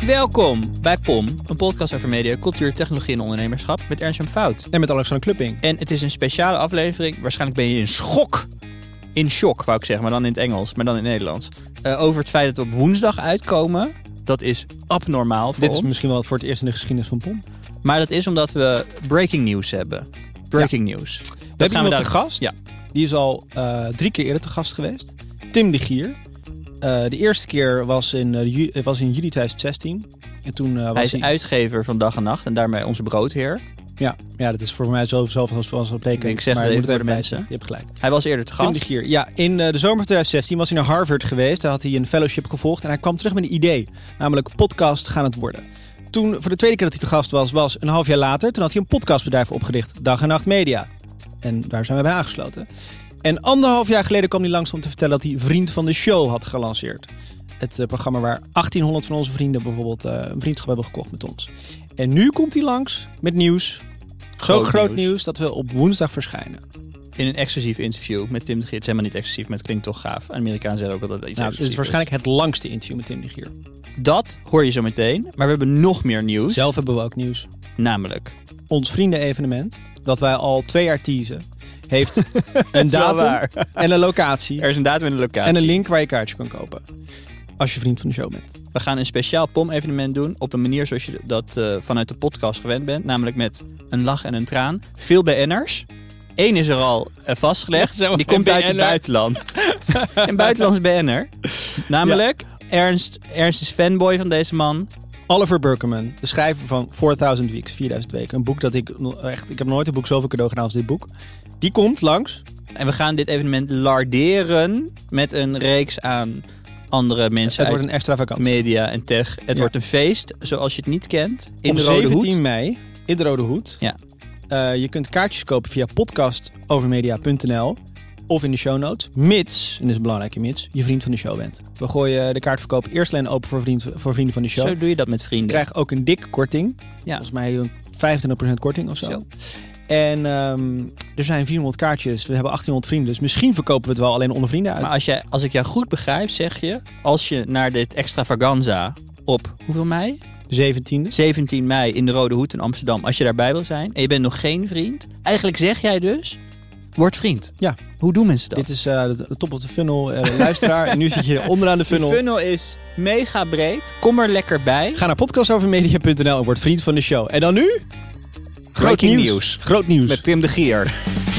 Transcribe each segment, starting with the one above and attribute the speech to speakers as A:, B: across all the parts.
A: Welkom bij POM, een podcast over media, cultuur, technologie en ondernemerschap met Ernst-Jan Fout.
B: En met Alexander Klupping.
A: En het is een speciale aflevering, waarschijnlijk ben je in shock wou ik zeggen, maar dan in het Engels, maar dan in het Nederlands. Over het feit dat we op woensdag uitkomen. Dat is abnormaal voor
B: Dit
A: ons.
B: is misschien wel voor het eerst in de geschiedenis van POM.
A: Maar dat is omdat we breaking news hebben. Breaking news.
B: We hebben iemand te gast.
A: Ja.
B: Die is al 3 keer eerder te gast geweest. Tim de Gier. De eerste keer was in juli 2016. En toen
A: Hij is uitgever van Dag en Nacht en daarmee onze broodheer.
B: Ja, dat is voor mij zo vanzelfsprekend.
A: Ik zeg het even voor de mensen.
B: Je hebt gelijk.
A: Hij was eerder te gast.
B: Tim de Gier. Ja, in de zomer van 2016 was hij naar Harvard geweest. Daar had hij een fellowship gevolgd. En hij kwam terug met een idee. Namelijk podcast gaan het worden. Toen, voor de tweede keer dat hij te gast was een half jaar later. Toen had hij een podcastbedrijf opgericht. Dag en Nacht Media. En daar zijn we bij aangesloten. En 1,5 jaar geleden kwam hij langs om te vertellen dat hij Vriend van de Show had gelanceerd. Het programma waar 1800 van onze vrienden bijvoorbeeld een vriendschap hebben gekocht met ons. En nu komt hij langs met nieuws. Zo groot nieuws dat we op woensdag verschijnen.
A: In een exclusief interview met Tim de Gier. Het is helemaal niet exclusief, maar het klinkt toch gaaf. Amerikanen zeggen ook dat het iets
B: Het is waarschijnlijk het langste interview met Tim de Gier.
A: Dat hoor je zo meteen. Maar we hebben nog meer nieuws.
B: Zelf hebben we ook nieuws.
A: Namelijk
B: Ons vrienden-evenement, dat wij al 2 jaar teasen, heeft een datum en een locatie.
A: Er is een datum en een locatie.
B: En een link waar je kaartjes kan kopen. Als je vriend van de show bent.
A: We gaan een speciaal POM-evenement doen op een manier zoals je dat vanuit de podcast gewend bent. Namelijk met een lach en een traan. Veel BN'ers. Eén is er al vastgelegd. Die komt uit het buitenland. Een buitenlands BN'er. Namelijk, Ernst is fanboy van deze man.
B: Oliver Burkeman, de schrijver van 4000 Weeks, 4000 weken. Een boek dat ik heb nooit een boek zoveel cadeau gedaan als dit boek. Die komt langs.
A: En we gaan dit evenement larderen met een reeks aan andere mensen.
B: Het wordt een extravagantie.
A: Media en tech. Het wordt een feest, zoals je het niet kent. In
B: op
A: de Rode
B: 17
A: Hoed.
B: mei, in de Rode Hoed.
A: Ja.
B: Je kunt kaartjes kopen via podcastovermedia.nl of in de show notes. Mits, en dit is een belangrijke mits, je vriend van de show bent. We gooien de kaartverkoop eerst alleen open voor vrienden van de show.
A: Zo doe je dat met vrienden.
B: Je krijgt ook een dikke korting.
A: Ja.
B: Volgens mij 25% korting of zo. En er zijn 400 kaartjes. We hebben 1800 vrienden. Dus misschien verkopen we het wel alleen onder vrienden uit.
A: Maar als ik jou goed begrijp, zeg je, als je naar dit extravaganza op, hoeveel mei? 17 mei in de Rode Hoed in Amsterdam. Als je daarbij wil zijn en je bent nog geen vriend. Eigenlijk zeg jij dus, word vriend.
B: Ja.
A: Hoe doen mensen dat?
B: Dit is de top of the funnel, luisteraar. En nu zit je onderaan de funnel.
A: De funnel is mega breed. Kom er lekker bij.
B: Ga naar podcastovermedia.nl en word vriend van de show. En dan nu? Groot nieuws. Groot nieuws.
A: Met Tim de Gier.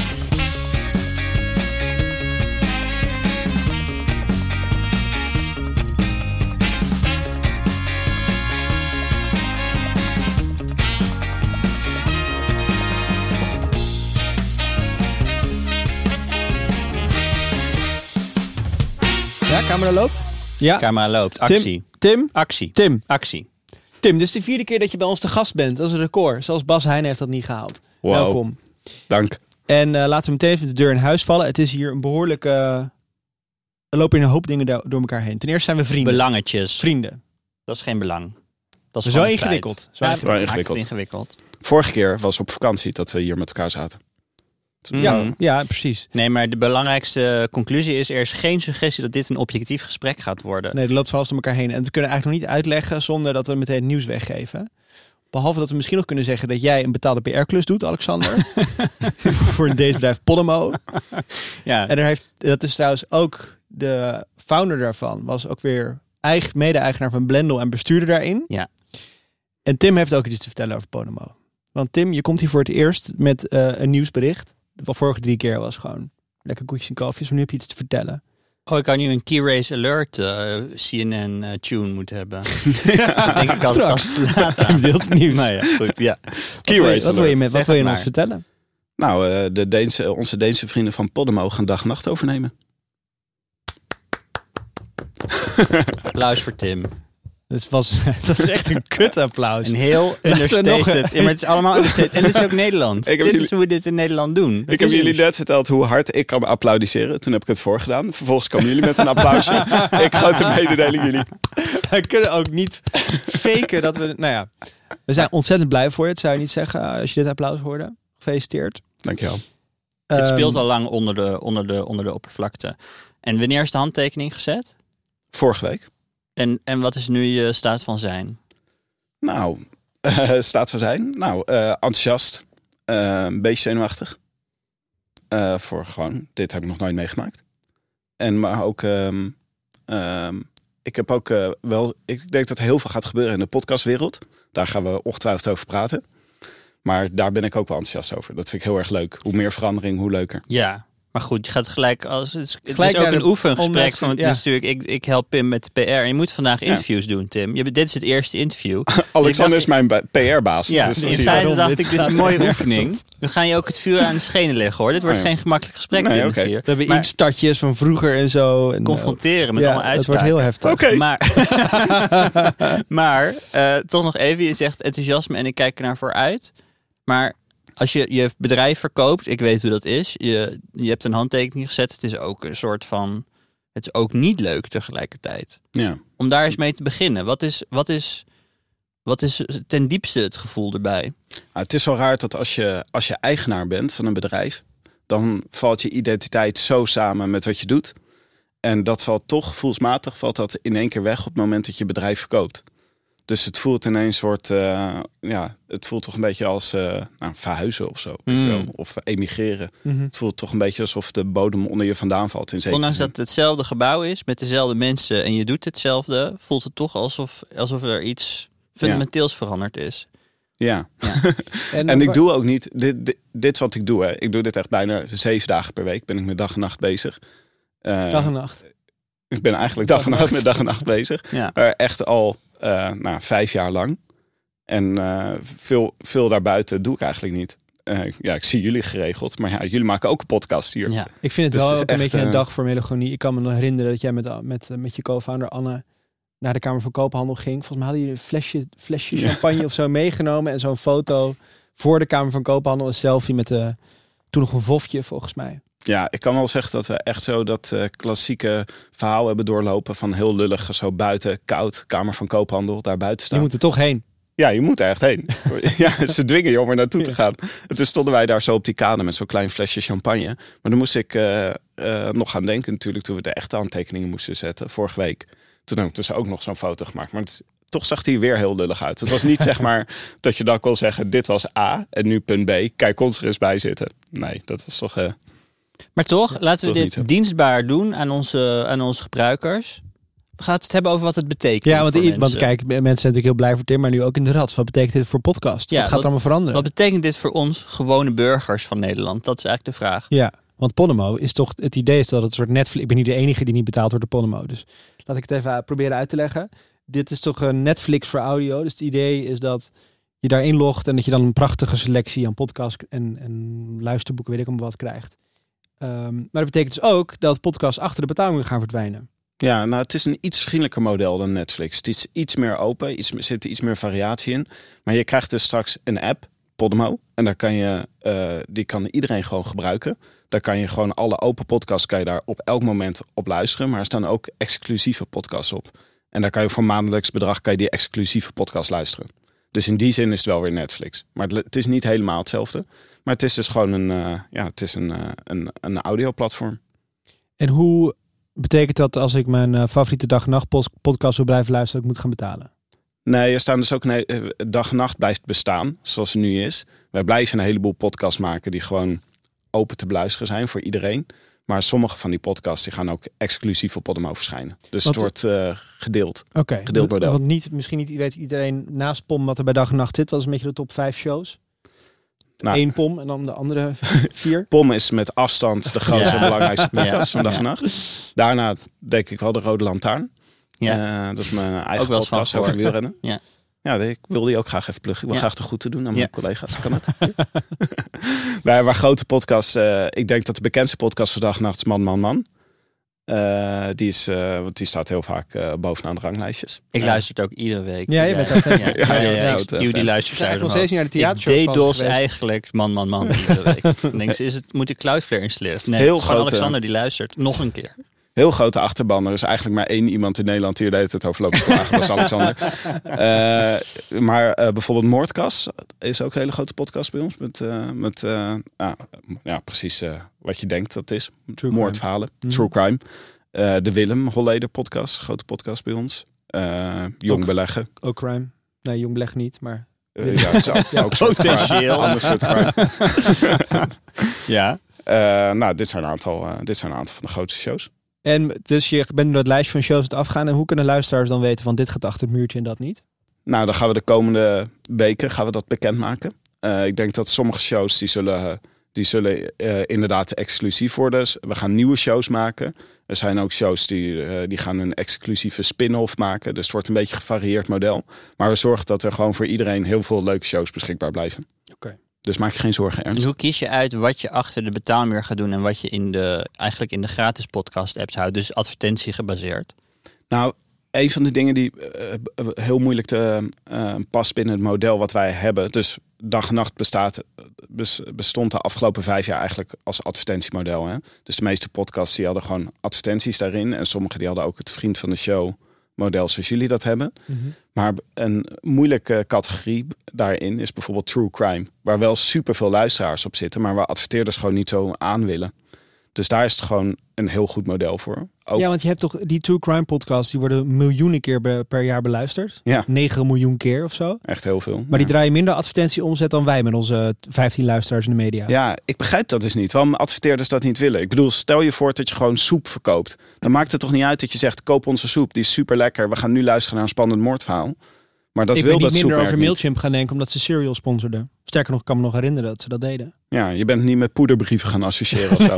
B: Ja, camera loopt. Ja.
A: Camera loopt. Actie.
B: Tim.
A: Actie.
B: Tim, dit is de 4e keer dat je bij ons te gast bent. Dat is een record. Zelfs Bas Heijn heeft dat niet gehaald.
C: Wow.
B: Welkom.
C: Dank.
B: En laten we meteen even de deur in huis vallen. Het is hier een behoorlijke... Er lopen hier een hoop dingen door elkaar heen. Ten eerste zijn we vrienden.
A: Belangetjes.
B: Vrienden.
A: Dat is geen belang. Dat is
B: Zo
A: gewoon een
B: ingewikkeld.
A: feit.
C: Zo
A: Maakt ingewikkeld.
C: Vorige keer was op vakantie dat we hier met elkaar zaten.
B: Ja, precies.
A: Nee, maar de belangrijkste conclusie is... er is geen suggestie dat dit een objectief gesprek gaat worden.
B: Nee, er loopt van alles door elkaar heen. En we kunnen eigenlijk nog niet uitleggen zonder dat we meteen het nieuws weggeven. Behalve dat we misschien nog kunnen zeggen dat jij een betaalde PR-klus doet, Alexander. Voor deze bedrijf Podimo.
A: Ja.
B: En dat is trouwens ook de founder daarvan. Was ook weer mede-eigenaar van Blendel en bestuurder daarin.
A: Ja.
B: En Tim heeft ook iets te vertellen over Podimo. Want Tim, je komt hier voor het eerst met een nieuwsbericht. De vorige 3 keer was gewoon lekker koetjes en kalfjes. Maar nu heb je iets te vertellen.
A: Oh, ik kan nu een Key Race Alert CNN tune moeten hebben. Denk ik
B: Straks.
A: Tim deelt het niet. Nou ja, goed. Ja.
C: Key Race
B: Wat wil je
C: Alert.
B: wat wil je ons vertellen?
C: Nou, onze Deense vrienden van Podimo gaan Dag en Nacht overnemen.
A: Applaus voor Tim.
B: Dat is echt een kut applaus.
A: Een heel understated. Ja, maar het is allemaal understated. En dit is ook Nederlands. Dit is hoe we dit in Nederland doen.
C: Ik heb jullie net verteld hoe hard ik kan applaudisseren. Toen heb ik het voorgedaan. Vervolgens komen jullie met een applausje. Ik grote mededeling jullie.
B: We kunnen ook niet faken dat we... Nou ja, we zijn ontzettend blij voor je. Het zou je niet zeggen als je dit applaus hoorde. Gefeliciteerd.
C: Dankjewel.
A: Het speelt al lang onder de oppervlakte. En wanneer is de handtekening gezet?
C: Vorige week.
A: En wat is nu je staat van zijn?
C: Nou, staat zo zijn. Nou, enthousiast. Een beetje zenuwachtig. Voor gewoon, dit heb ik nog nooit meegemaakt. Maar ook, ik heb ook ik denk dat er heel veel gaat gebeuren in de podcastwereld. Daar gaan we ongetwijfeld over praten. Maar daar ben ik ook wel enthousiast over. Dat vind ik heel erg leuk. Hoe meer verandering, hoe leuker.
A: Ja, maar goed, je gaat gelijk het is ook een oefengesprek. Dit is natuurlijk, ik help Pim met de PR. En je moet vandaag interviews doen, Tim. Dit is het eerste interview.
C: Alexander is mijn PR-baas.
A: Ja,
C: dus
A: in feite dacht ik, dit is een mooie oefening. We gaan je ook het vuur aan de schenen leggen, hoor. Dit wordt geen gemakkelijk gesprek.
C: Nee,
B: we hebben instartjes van vroeger en zo. En,
A: confronteren met allemaal uitspraken.
B: Dat wordt heel heftig.
A: Maar toch nog even, je zegt enthousiasme en ik kijk er naar vooruit. Maar als je je bedrijf verkoopt, ik weet hoe dat is. Je hebt een handtekening gezet. Het is ook een soort van... Het is ook niet leuk tegelijkertijd.
C: Ja.
A: Om daar eens mee te beginnen. Wat is ten diepste het gevoel erbij?
C: Nou, het is zo raar dat als je eigenaar bent van een bedrijf, dan valt je identiteit zo samen met wat je doet. En dat valt toch, gevoelsmatig, valt dat in één keer weg op het moment dat je bedrijf verkoopt. Dus het voelt ineens een soort, het voelt toch een beetje als verhuizen of zo. Of emigreren. Mm-hmm. Het voelt toch een beetje alsof de bodem onder je vandaan valt.
A: Ondanks dat het hetzelfde gebouw is, met dezelfde mensen en je doet hetzelfde, voelt het toch alsof er iets fundamenteels veranderd is.
C: Ja. En ik doe ook niet, dit is wat ik doe. Hè. Ik doe dit echt bijna 7 dagen per week. Ben ik met dag en nacht bezig.
B: Dag en nacht?
C: Ik ben eigenlijk dag en nacht bezig. Ja. Echt al 5 jaar lang. En veel daarbuiten doe ik eigenlijk niet. Ik zie jullie geregeld. Maar jullie maken ook een podcast hier. Ja.
B: Ik vind het dus wel ook een beetje een dag voor melancholie. Ik kan me nog herinneren dat jij met je co-founder Anne naar de Kamer van Koophandel ging. Volgens mij hadden jullie een flesje champagne of zo meegenomen. En zo'n foto voor de Kamer van Koophandel. Een selfie met toen nog een vofje volgens mij.
C: Ja, ik kan wel zeggen dat we echt zo dat klassieke verhaal hebben doorlopen van heel lullig, zo buiten, koud, Kamer van Koophandel, daar buiten staan.
B: Je moet er toch heen.
C: Ja, je moet er echt heen. Ja, ze dwingen je om er naartoe te gaan. En toen stonden wij daar zo op die kade met zo'n klein flesje champagne. Maar dan moest ik nog gaan denken natuurlijk toen we de echte handtekeningen moesten zetten, vorige week. Toen heb ik dus ook nog zo'n foto gemaakt. Maar toch zag hij weer heel lullig uit. Het was niet zeg maar dat je dan kon zeggen, dit was A en nu punt B. Kijk ons er eens bij zitten. Nee, dat was toch...
A: Maar toch, laten we dit dienstbaar doen aan onze gebruikers. We gaan het hebben over wat het betekent.
B: Ja, want kijk, mensen zijn natuurlijk heel blij voor Tim, maar nu ook in de rad. Wat betekent dit voor podcast? Wat gaat er allemaal veranderen?
A: Wat betekent dit voor ons gewone burgers van Nederland? Dat is eigenlijk de vraag.
B: Ja, want Podimo is toch, het idee is dat het een soort Netflix... Ik ben niet de enige die niet betaald wordt door Podimo. Dus laat ik het even proberen uit te leggen. Dit is toch een Netflix voor audio. Dus het idee is dat je daarin logt en dat je dan een prachtige selectie aan podcasts en luisterboeken, weet ik allemaal wat, krijgt. Maar dat betekent dus ook dat podcasts achter de betalingen gaan verdwijnen.
C: Ja, nou, het is een iets vriendelijker model dan Netflix. Het is iets meer open, er zit iets meer variatie in. Maar je krijgt dus straks een app, Podimo. En daar die kan iedereen gewoon gebruiken. Daar kan je gewoon alle open podcasts kan je daar op elk moment op luisteren. Maar er staan ook exclusieve podcasts op. En daar kan je voor maandelijks bedrag die exclusieve podcast luisteren. Dus in die zin is het wel weer Netflix. Maar het is niet helemaal hetzelfde. Maar het is dus gewoon een audioplatform.
B: En hoe betekent dat als ik mijn favoriete dag en nacht podcast wil blijven luisteren, dat ik moet gaan betalen?
C: Nee, er staan dus ook dag en nacht blijft bestaan, zoals het nu is. Wij blijven een heleboel podcasts maken die gewoon open te beluisteren zijn voor iedereen. Maar sommige van die podcasts die gaan ook exclusief op Podimo verschijnen. Dus het wordt gedeeld.
B: Oké.
C: Gedeeld model.
B: Want misschien niet weet iedereen naast POM wat er bij dag en nacht zit. Wat is een beetje de top 5 shows? Nou, 1 POM en dan de andere 4.
C: POM is met afstand de grootste en belangrijkste podcast van dag en nacht. Daarna denk ik wel de Rode Lantaarn. Ja. Dat is mijn eigen podcast over wielrennen. Ja. Ja, ik wil die ook graag even pluggen. Ik wil graag te goed te doen aan mijn collega's. Kan het? Waar grote podcasts... ik denk dat de bekendste podcast van dag en nacht is Man. Die staat heel vaak bovenaan de ranglijstjes.
A: Ik luister het ook iedere week.
B: Ja, je bent dat.
A: Die luistert
B: nog steeds niet naar de theatershows.
A: Ik DDoS eigenlijk Man iedere week. Dan denk je, moet ik Cloudflare installeren? Nee,
C: heel
A: gewoon Alexander die luistert. Nog een keer.
C: Heel grote achterban. Er is eigenlijk maar 1 iemand in Nederland die er de hele tijd over loopt te vragen. Dat is Alexander. Maar bijvoorbeeld Moordkast is ook een hele grote podcast bij ons. Met precies wat je denkt dat is. Moordverhalen. True Crime. De Willem Holleder podcast. Grote podcast bij ons. Jong Beleggen.
B: Ook crime. Nee, Jong Beleggen niet, maar...
C: Ja, zo, ook
A: potentieel.
C: Ander soort crime.
A: Ja.
C: Dit zijn een aantal van de grootste shows.
B: En dus je bent door het lijstje van shows het afgaan. En hoe kunnen luisteraars dan weten van dit gaat achter het muurtje en dat niet?
C: Nou, dan gaan we de komende weken dat bekendmaken. Ik denk dat sommige shows die zullen inderdaad exclusief worden. Dus we gaan nieuwe shows maken. Er zijn ook shows die gaan een exclusieve spin-off maken. Dus het wordt een beetje een gevarieerd model. Maar we zorgen dat er gewoon voor iedereen heel veel leuke shows beschikbaar blijven.
B: Oké.
C: Dus maak je geen zorgen, Ernst.
A: Dus hoe kies je uit wat je achter de betaalmuur gaat doen en wat je eigenlijk in de gratis podcast apps houdt? Dus advertentie gebaseerd.
C: Nou, een van de dingen die heel moeilijk te past binnen het model wat wij hebben. Dus Dag en Nacht bestond de afgelopen 5 jaar eigenlijk als advertentiemodel. Hè? Dus de meeste podcasts die hadden gewoon advertenties daarin. En sommige die hadden ook het Vriend van de Show model zoals jullie dat hebben. Mm-hmm. Maar een moeilijke categorie daarin is bijvoorbeeld true crime. Waar wel superveel luisteraars op zitten, maar waar adverteerders gewoon niet zo aan willen. Dus daar is het gewoon een heel goed model voor. Ook...
B: Ja, want je hebt toch die true crime podcasts, die worden miljoenen keer per jaar beluisterd.
C: Ja.
B: 9 miljoen keer of zo.
C: Echt heel veel.
B: Maar die draaien minder advertentieomzet dan wij met onze 15 luisteraars in de media.
C: Ja, ik begrijp dat dus niet. Waarom adverteerders dat niet willen? Ik bedoel, stel je voor dat je gewoon soep verkoopt. Dan maakt het toch niet uit dat je zegt, koop onze soep. Die is super lekker. We gaan nu luisteren naar een spannend moordverhaal. Maar dat
B: ik
C: wil
B: ben
C: dat
B: niet minder over
C: niet.
B: Mailchimp gaan denken omdat ze Serial sponsorden. Sterker nog, ik kan me nog herinneren dat ze dat deden.
C: Ja, je bent niet met poederbrieven gaan associëren of zo.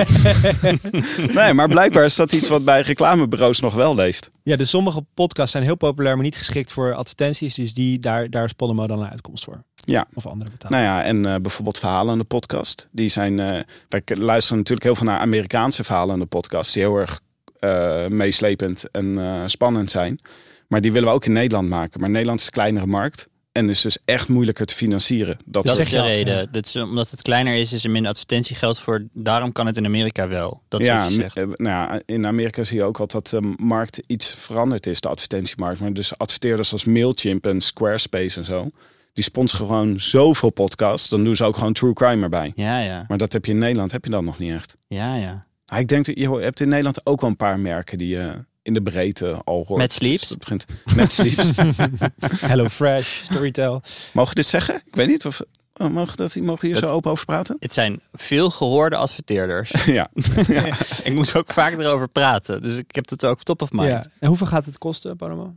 C: Nee, maar blijkbaar is dat iets wat bij reclamebureaus nog wel leeft.
B: Ja, dus sommige podcasts zijn heel populair, maar niet geschikt voor advertenties. Dus daar is Podimo dan een uitkomst voor.
C: Ja.
B: Of andere betalingen.
C: Nou ja, en bijvoorbeeld verhalen aan de podcast. Die zijn, wij luisteren natuurlijk heel veel naar Amerikaanse verhalen aan de podcast. Die heel erg meeslepend en spannend zijn. Maar die willen we ook in Nederland maken. Maar Nederland is een kleinere markt. En is dus echt moeilijker te financieren. Dat
A: is de reden. Ja. Dat is, omdat het kleiner is er minder advertentiegeld voor. Daarom kan het in Amerika wel. Dat is wat je zegt.
C: Nou ja, in Amerika zie je ook al dat de markt iets veranderd is. De advertentiemarkt. Maar dus adverteerders als Mailchimp en Squarespace en zo. Die sponsoren gewoon zoveel podcasts. Dan doen ze ook gewoon true crime erbij.
A: Ja.
C: Maar dat heb je in Nederland dan nog niet echt.
A: Ja.
C: Ik denk dat je hebt in Nederland ook wel een paar merken die in de breedte al hoort.
A: Met Sleeps?
C: Dus dat begint met Sleeps.
B: Hello Fresh, Storytel.
C: Mogen we dit zeggen? Ik weet niet of... Mogen hier zo open over praten?
A: Het zijn veel gehoorde adverteerders.
C: Ja.
A: Ik moet ook vaak erover praten. Dus ik heb het ook top of mind.
B: Ja. En hoeveel gaat het kosten, Podimo?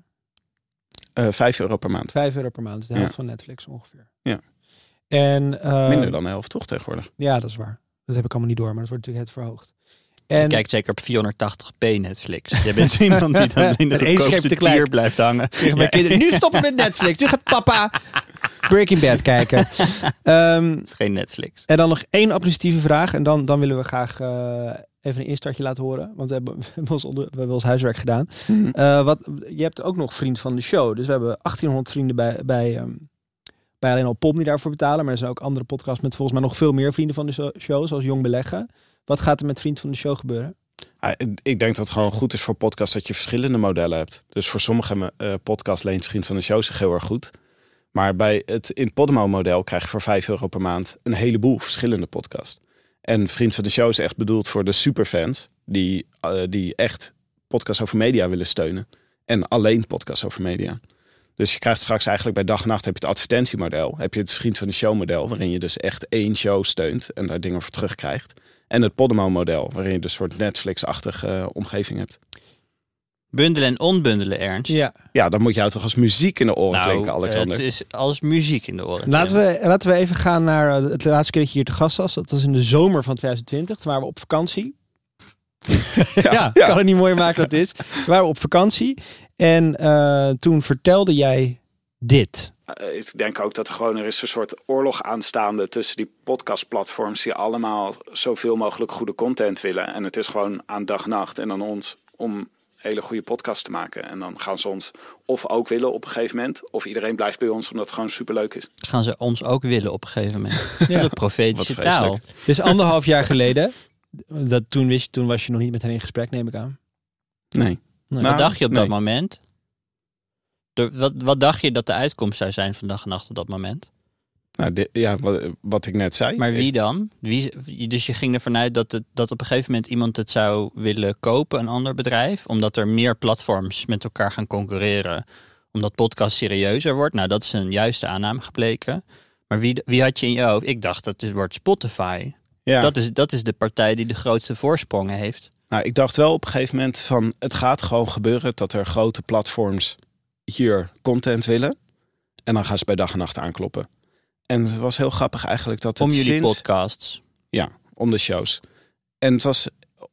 C: €5 per maand.
B: €5 per maand. Dus de helft van Netflix ongeveer.
C: Ja.
B: En,
C: minder dan de helft toch tegenwoordig?
B: Ja, dat is waar. Dat heb ik allemaal niet door, maar dat wordt natuurlijk het verhoogd.
A: En je kijkt zeker op 480p Netflix. Jij bent zo iemand die dan in de goedkoopste tier blijft hangen.
B: Tegen mijn kinderen, nu stoppen met Netflix. Nu gaat papa Breaking Bad kijken.
A: Het is geen Netflix.
B: En dan nog 1 administratieve vraag. En dan willen we graag even een instartje laten horen. Want we hebben ons huiswerk gedaan. Je hebt ook nog vriend van de show. Dus we hebben 1800 vrienden bij alleen al Pom die daarvoor betalen. Maar er zijn ook andere podcasts met volgens mij nog veel meer vrienden van de show. Zoals Jong Beleggen. Wat gaat er met vriend van de show gebeuren?
C: Ik denk dat het gewoon goed is voor podcasts dat je verschillende modellen hebt. Dus voor sommige podcasts leent vriend van de show zich heel erg goed. Maar bij het in Podimo-model krijg je voor €5 per maand een heleboel verschillende podcasts. En vriend van de show is echt bedoeld voor de superfans die echt podcasts over media willen steunen. En alleen podcasts over media. Dus je krijgt straks eigenlijk bij Dag en Nacht heb je het advertentiemodel. Heb je het vriend van de show model, waarin je dus echt 1 show steunt en daar dingen voor terugkrijgt. En het Podimo-model, waarin je dus een soort Netflix-achtige omgeving hebt.
A: Bundelen en onbundelen, Ernst.
C: Ja, dan moet jou toch als muziek in de oren klinken, Alexander.
A: Het is als muziek in de oren.
B: Laten we even gaan naar het laatste keer dat je hier te gast was. Dat was in de zomer van 2020. Toen waren we op vakantie. Ja, kan het niet mooier maken dan het is. We waren op vakantie. En toen vertelde jij dit.
C: Ik denk ook dat er is een soort oorlog aanstaande tussen die podcastplatforms die allemaal zoveel mogelijk goede content willen. En het is gewoon aan dag en nacht en aan ons om hele goede podcasts te maken. En dan gaan ze ons of ook willen op een gegeven moment, of iedereen blijft bij ons omdat het gewoon superleuk is.
A: Gaan ze ons ook willen op een gegeven moment. Ja. De profetische taal.
B: Dus 1,5 jaar geleden, toen was je nog niet met hen in gesprek, neem ik aan.
C: Nee.
A: Wat dacht je op dat moment? Wat dacht je dat de uitkomst zou zijn van Dag en Nacht op dat moment?
C: Nou, wat ik net zei.
A: Maar wie dan? Dus je ging ervan uit dat op een gegeven moment iemand het zou willen kopen, een ander bedrijf, omdat er meer platforms met elkaar gaan concurreren Omdat podcast serieuzer wordt. Nou, dat is een juiste aanname gebleken. Maar wie had je in je hoofd? Ik dacht dat het wordt Spotify.
C: Ja.
A: Dat is de partij die de grootste voorsprongen heeft.
C: Nou, ik dacht wel op een gegeven moment van... het gaat gewoon gebeuren dat er grote platforms hier content willen. En dan gaan ze bij dag en nacht aankloppen. En het was heel grappig eigenlijk dat het
A: Om jullie podcasts.
C: Ja, om de shows. En het was...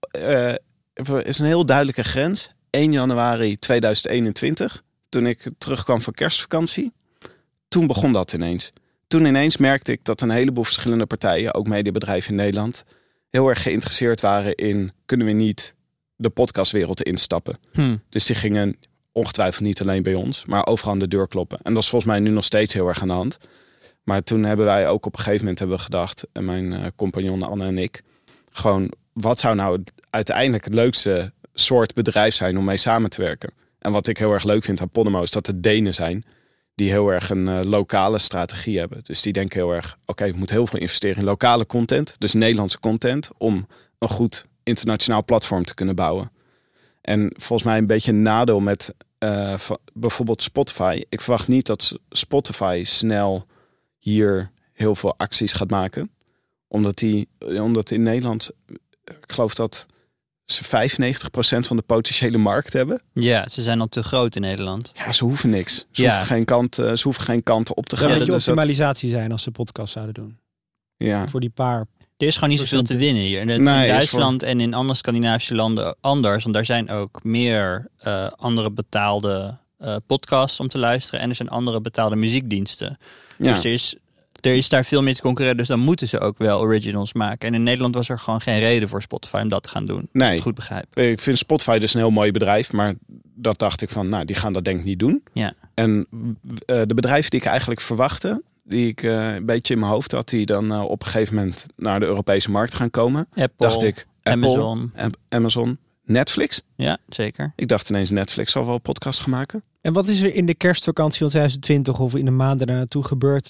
C: is een heel duidelijke grens. 1 januari 2021, toen ik terugkwam van kerstvakantie. Toen begon dat ineens. Toen ineens merkte ik dat een heleboel verschillende partijen, ook mediabedrijven in Nederland, heel erg geïnteresseerd waren in, kunnen we niet de podcastwereld instappen? Dus die gingen ongetwijfeld niet alleen bij ons, maar overal aan de deur kloppen. En dat is volgens mij nu nog steeds heel erg aan de hand. Maar toen hebben wij ook op een gegeven moment gedacht, en mijn compagnon Anne en ik, gewoon, wat zou nou uiteindelijk het leukste soort bedrijf zijn om mee samen te werken? En wat ik heel erg leuk vind aan Podimo is dat het Denen zijn die heel erg een lokale strategie hebben. Dus die denken heel erg, oké, we moeten heel veel investeren in lokale content, dus Nederlandse content, om een goed internationaal platform te kunnen bouwen. En volgens mij een beetje een nadeel met bijvoorbeeld Spotify. Ik verwacht niet dat Spotify snel hier heel veel acties gaat maken. Omdat in Nederland, ik geloof dat ze 95% van de potentiële markt hebben.
A: Ja, ze zijn al te groot in Nederland.
C: Ja, ze hoeven niks. Ze hoeven geen kanten op te gaan.
B: Dat moet
C: Dus
B: optimalisatie zijn als ze podcast zouden doen.
C: Ja.
B: Voor die paar.
A: Er is gewoon niet zoveel te winnen hier. En dat is in Duitsland en in andere Scandinavische landen anders. Want daar zijn ook meer andere betaalde podcasts om te luisteren. En er zijn andere betaalde muziekdiensten.
C: Ja.
A: Dus er is daar veel meer te concurreren. Dus dan moeten ze ook wel originals maken. En in Nederland was er gewoon geen reden voor Spotify om dat te gaan doen. Als ik het goed begrijp.
C: Ik vind Spotify dus een heel mooi bedrijf. Maar dat dacht ik van, nou, die gaan dat denk ik niet doen.
A: Ja.
C: En de bedrijven die ik eigenlijk verwachtte, die ik een beetje in mijn hoofd had, die dan op een gegeven moment naar de Europese markt gaan komen.
A: Apple,
C: dacht ik, Amazon, Netflix.
A: Ja, zeker.
C: Ik dacht ineens Netflix zal wel podcast gaan maken.
B: En wat is er in de kerstvakantie van 2020 of in de maanden daarnaartoe gebeurd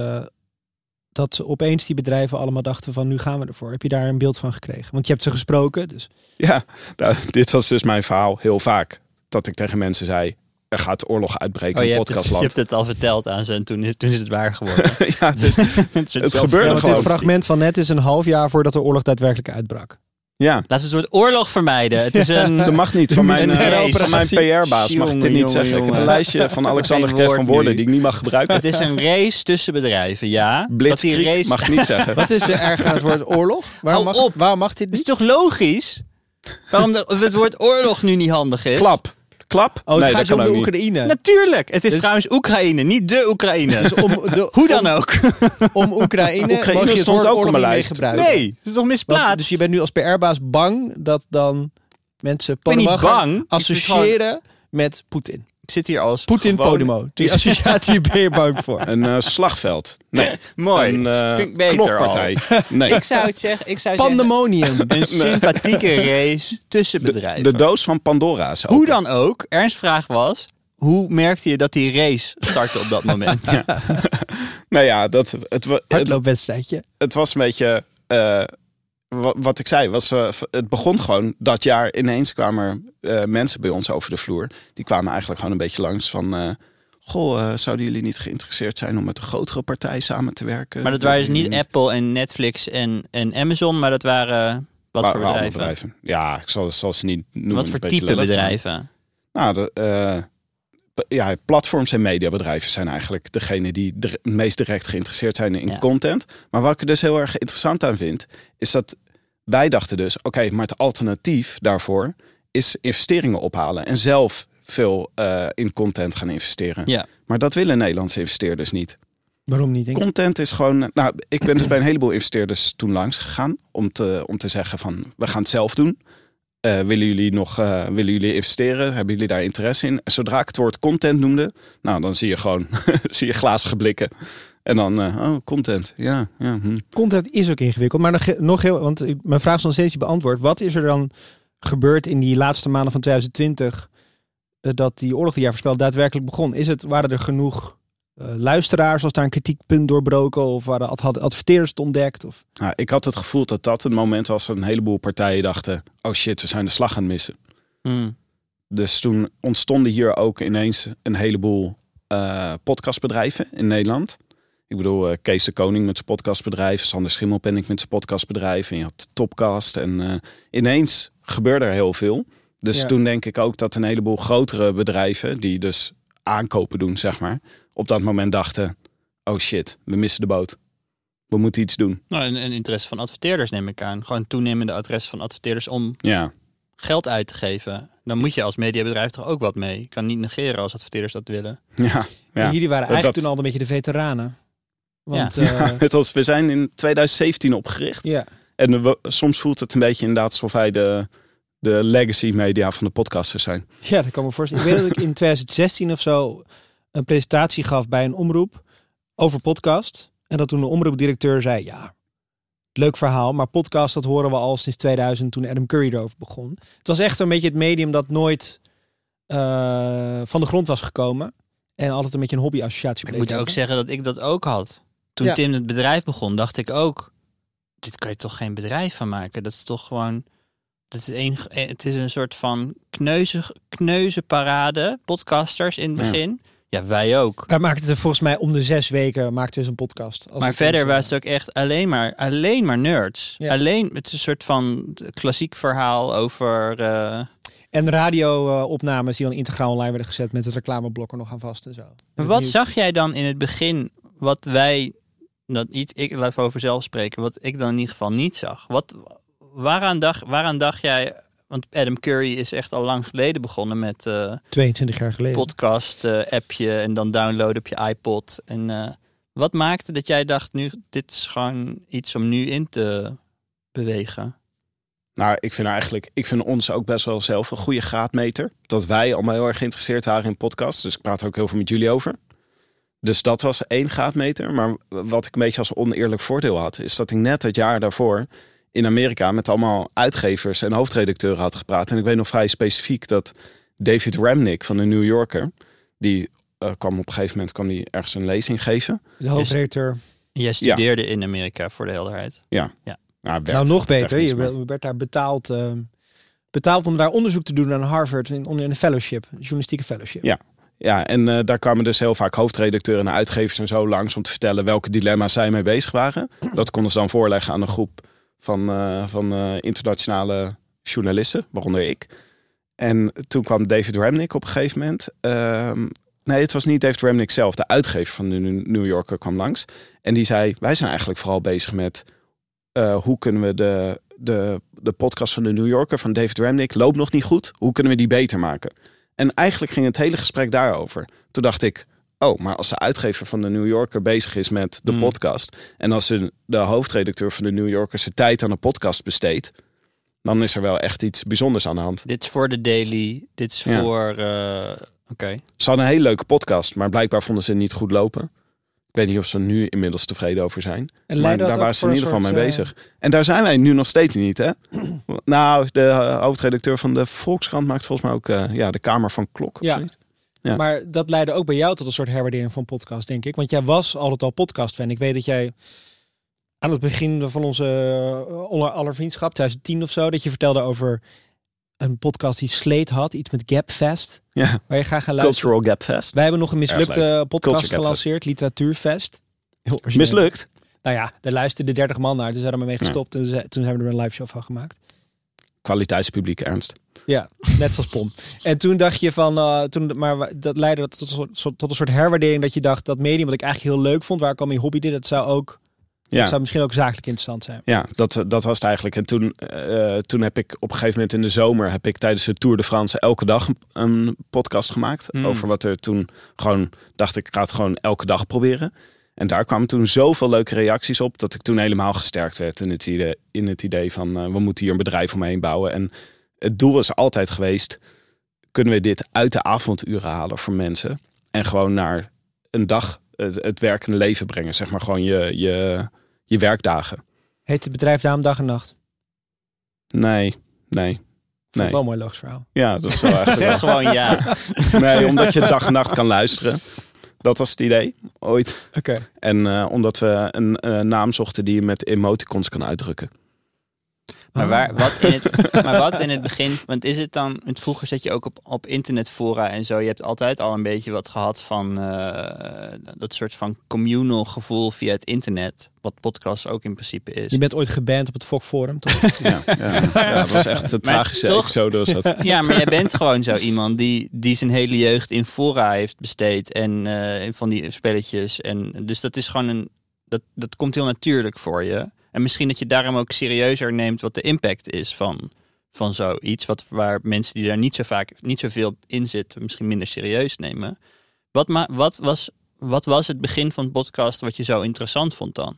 B: dat ze opeens die bedrijven allemaal dachten van nu gaan we ervoor? Heb je daar een beeld van gekregen? Want je hebt ze gesproken. Dus.
C: Ja, nou, dit was dus mijn verhaal heel vaak. Dat ik tegen mensen zei, er gaat oorlog uitbreken in podcastland.
A: Je hebt het al verteld aan ze en toen is het waar geworden.
C: Ja, dus het gebeurde gewoon.
B: Dit fragment van net is een half jaar voordat de oorlog daadwerkelijk uitbrak.
C: Ja.
A: Laten we een soort oorlog vermijden. Het is een...
C: Dat mag niet. Van mijn PR-baas mag ik dit niet zeggen. Ik heb een lijstje van Alexander gekregen van woorden die ik niet mag gebruiken.
A: Het is een race tussen bedrijven, ja.
C: Blitzkrieg
A: race...
C: mag ik niet zeggen.
B: Wat is er erg aan het woord oorlog? Waarom mag dit niet?
A: Het is toch logisch? Waarom het woord oorlog nu niet handig is?
C: Klap.
B: Oh, het gaat om de Oekraïne.
A: Natuurlijk. Het is trouwens Oekraïne, niet de Oekraïne. Dus hoe dan ook.
B: Om Oekraïne
C: mag je
B: stond ook op mijn lijst
A: gebruiken. Nee, het is toch misplaatst?
B: Dus je bent nu als PR-baas bang dat dan mensen Podimo gaan associëren met Poetin.
A: Ik zit hier als
B: Poetin Podimo. Die associatie ben je bang voor.
C: Een slagveld. Nee.
A: Mooi. Vind ik beter
C: knokpartij. Nee.
A: Ik zou het zeggen.
B: Pandemonium.
A: Een sympathieke race tussen bedrijven.
C: De doos van Pandora is open.
A: Hoe dan ook. Ernst vraag was, hoe merkte je dat die race startte op dat moment?
C: Ja. Nou ja,
B: hardloopwedstrijdje.
C: Het was een beetje... wat ik zei, het begon gewoon dat jaar. Ineens kwamen er mensen bij ons over de vloer. Die kwamen eigenlijk gewoon een beetje langs van... zouden jullie niet geïnteresseerd zijn om met een grotere partij samen te werken?
A: Maar dat waren dus niet Apple en Netflix en Amazon, maar dat waren wat voor bedrijven?
C: Ja, ik zal ze niet noemen.
A: Wat voor type bedrijven?
C: Nou, platforms en mediabedrijven zijn eigenlijk degene die het meest direct geïnteresseerd zijn in content. Maar wat ik er dus heel erg interessant aan vind, is dat wij dachten dus, oké, maar het alternatief daarvoor is investeringen ophalen en zelf veel in content gaan investeren.
A: Ja.
C: Maar dat willen Nederlandse investeerders niet.
B: Waarom niet? Denk ik?
C: Content is gewoon... Nou, ik ben dus bij een heleboel investeerders toen langs gegaan om te zeggen van, we gaan het zelf doen. Willen jullie investeren? Hebben jullie daar interesse in? En zodra ik het woord content noemde, nou, dan zie je gewoon zie je glazige blikken. En dan, content. Ja.
B: Content is ook ingewikkeld. Maar nog heel, want mijn vraag is nog steeds niet beantwoord. Wat is er dan gebeurd in die laatste maanden van 2020 dat die oorlog die jij voorspelde daadwerkelijk begon? Waren er genoeg luisteraars? Was daar een kritiekpunt doorbroken? Of hadden adverteerders het ontdekt? Of?
C: Nou, ik had het gevoel dat een moment was dat een heleboel partijen dachten, oh shit, we zijn de slag aan het missen. Dus toen ontstonden hier ook ineens een heleboel podcastbedrijven in Nederland. Ik bedoel, Kees de Koning met zijn podcastbedrijf, Sander Schimmelpenninck met zijn podcastbedrijf. En je had Topcast. En ineens gebeurde er heel veel. Dus toen denk ik ook dat een heleboel grotere bedrijven, die dus aankopen doen, zeg maar, op dat moment dachten, oh shit, we missen de boot. We moeten iets doen.
A: Nou, een interesse van adverteerders neem ik aan. Gewoon toenemende adres van adverteerders om geld uit te geven. Dan moet je als mediabedrijf toch ook wat mee. Je kan niet negeren als adverteerders dat willen.
C: Ja.
B: En jullie waren eigenlijk toen al een beetje de veteranen. Want,
C: we zijn in 2017 opgericht.
B: Ja.
C: En soms voelt het een beetje inderdaad alsof wij de legacy media van de podcasters zijn.
B: Ja, dat kan me voorstellen. Ik weet dat ik in 2016 of zo een presentatie gaf bij een omroep over podcast. En dat toen de omroepdirecteur zei, ja, leuk verhaal, maar podcast, dat horen we al sinds 2000 toen Adam Curry erover begon. Het was echt een beetje het medium dat nooit van de grond was gekomen. En altijd een beetje een hobbyassociatie.
A: Ik moet ook zeggen dat ik dat ook had. Toen Tim het bedrijf begon, dacht ik ook, dit kan je toch geen bedrijf van maken? Dat is toch gewoon, het is een soort van kneuze parade, podcasters in het begin. Ja, wij ook.
B: Wij maakten het volgens mij om de 6 weken maakten we een podcast.
A: Maar verder was het ook echt alleen maar nerds. Ja. Het is een soort van klassiek verhaal over...
B: En radio-opnames die dan integraal online werden gezet met het reclameblok er nog aan vast en zo.
A: Maar wat zag jij dan in het begin wat ik laat over zelf spreken, wat ik dan in ieder geval niet zag? Waaraan dacht jij... Want Adam Curry is echt al lang geleden begonnen met
B: 22 jaar geleden.
A: Podcast-appje en dan downloaden op je iPod. En wat maakte dat jij dacht, nu dit is gewoon iets om nu in te bewegen?
C: Nou, ik vind ons ook best wel zelf een goede graadmeter. Dat wij allemaal heel erg geïnteresseerd waren in podcasts. Dus ik praat er ook heel veel met jullie over. Dus dat was 1 graadmeter. Maar wat ik een beetje als oneerlijk voordeel had, is dat ik net het jaar daarvoor in Amerika met allemaal uitgevers en hoofdredacteuren had gepraat. En ik weet nog vrij specifiek dat David Remnick van de New Yorker, die kwam op een gegeven moment ergens een lezing geven.
B: De hoofdredacteur.
A: Jij studeerde in Amerika, voor de helderheid.
C: Ja.
B: Nou, nog beter. Je werd daar betaald om daar onderzoek te doen aan Harvard in een fellowship, een journalistieke fellowship.
C: Ja, en daar kwamen dus heel vaak hoofdredacteuren en uitgevers en zo langs om te vertellen welke dilemma's zij mee bezig waren. Dat konden ze dan voorleggen aan een groep van internationale journalisten, waaronder ik. En toen kwam David Remnick op een gegeven moment. Nee, het was niet David Remnick zelf. De uitgever van de New Yorker kwam langs. En die zei, wij zijn eigenlijk vooral bezig met hoe kunnen we de podcast van de New Yorker van David Remnick loopt nog niet goed. Hoe kunnen we die beter maken? En eigenlijk ging het hele gesprek daarover. Toen dacht ik, maar als de uitgever van de New Yorker bezig is met de podcast, en als de hoofdredacteur van de New Yorker zijn tijd aan de podcast besteedt, dan is er wel echt iets bijzonders aan de hand.
A: Dit is voor de Daily, dit is voor... Oké.
C: Ze hadden een hele leuke podcast, maar blijkbaar vonden ze het niet goed lopen. Ik weet niet of ze nu inmiddels tevreden over zijn. En maar daar waren ze in ieder geval mee bezig. En daar zijn wij nu nog steeds niet, hè? Nou, de hoofdredacteur van de Volkskrant maakt volgens mij ook de Kamer van Klok. Of zoiets.
B: Ja. Maar dat leidde ook bij jou tot een soort herwaardering van podcast, denk ik. Want jij was altijd al podcast-fan. Ik weet dat jij aan het begin van onze allervriendschap, 2010 of zo, dat je vertelde over een podcast die Slate had. Iets met Gapfest.
C: Ja.
B: Waar je graag gaan luisteren.
C: Cultural Gapfest.
B: Wij hebben nog een mislukte podcast gelanceerd. Literatuurfest.
C: Mislukt?
B: Nou ja, daar luisterden 30 man naar. Dus zijn we mee gestopt. En toen hebben we er een live show van gemaakt.
C: Kwaliteitspubliek, Ernst.
B: Ja, net zoals Pom. En toen dacht je van, maar dat leidde tot een soort herwaardering dat je dacht, dat medium wat ik eigenlijk heel leuk vond, waar ik al mee hobbyde, dat zou misschien ook zakelijk interessant zijn.
C: Ja, dat was het eigenlijk. En toen heb ik op een gegeven moment in de zomer, tijdens de Tour de France elke dag een podcast gemaakt. Over wat er toen dacht ik ga het gewoon elke dag proberen. En daar kwamen toen zoveel leuke reacties op, dat ik toen helemaal gesterkt werd in het idee van we moeten hier een bedrijf omheen bouwen. En het doel is altijd geweest, kunnen we dit uit de avonduren halen voor mensen en gewoon naar een dag het werkende leven brengen. Zeg maar gewoon je werkdagen.
B: Heet het bedrijf daarom dag en nacht?
C: Nee.
B: Ik vond het wel een mooi logisch verhaal.
C: Ja, dat is wel eigenlijk
A: zeg gewoon ja.
C: Nee, omdat je dag en nacht kan luisteren. Dat was het idee, ooit.
B: Okay.
C: En omdat we een naam zochten die je met emoticons kan uitdrukken.
A: Maar wat in het begin... Want is het dan... Vroeger zat je ook op internetfora en zo. Je hebt altijd al een beetje wat gehad van... dat soort van communal gevoel via het internet. Wat podcast ook in principe is.
B: Je bent ooit geband op het FOK Forum, toch?
C: Ja, dat was echt een tragische episode. Was dat.
A: Ja, maar jij bent gewoon zo iemand die zijn hele jeugd in fora heeft besteed. En van die spelletjes. En dus dat is gewoon dat komt heel natuurlijk voor je. En misschien dat je daarom ook serieuzer neemt wat de impact is van zoiets. Waar mensen die daar niet zoveel in zitten, misschien minder serieus nemen. Wat was het begin van het podcast wat je zo interessant vond dan?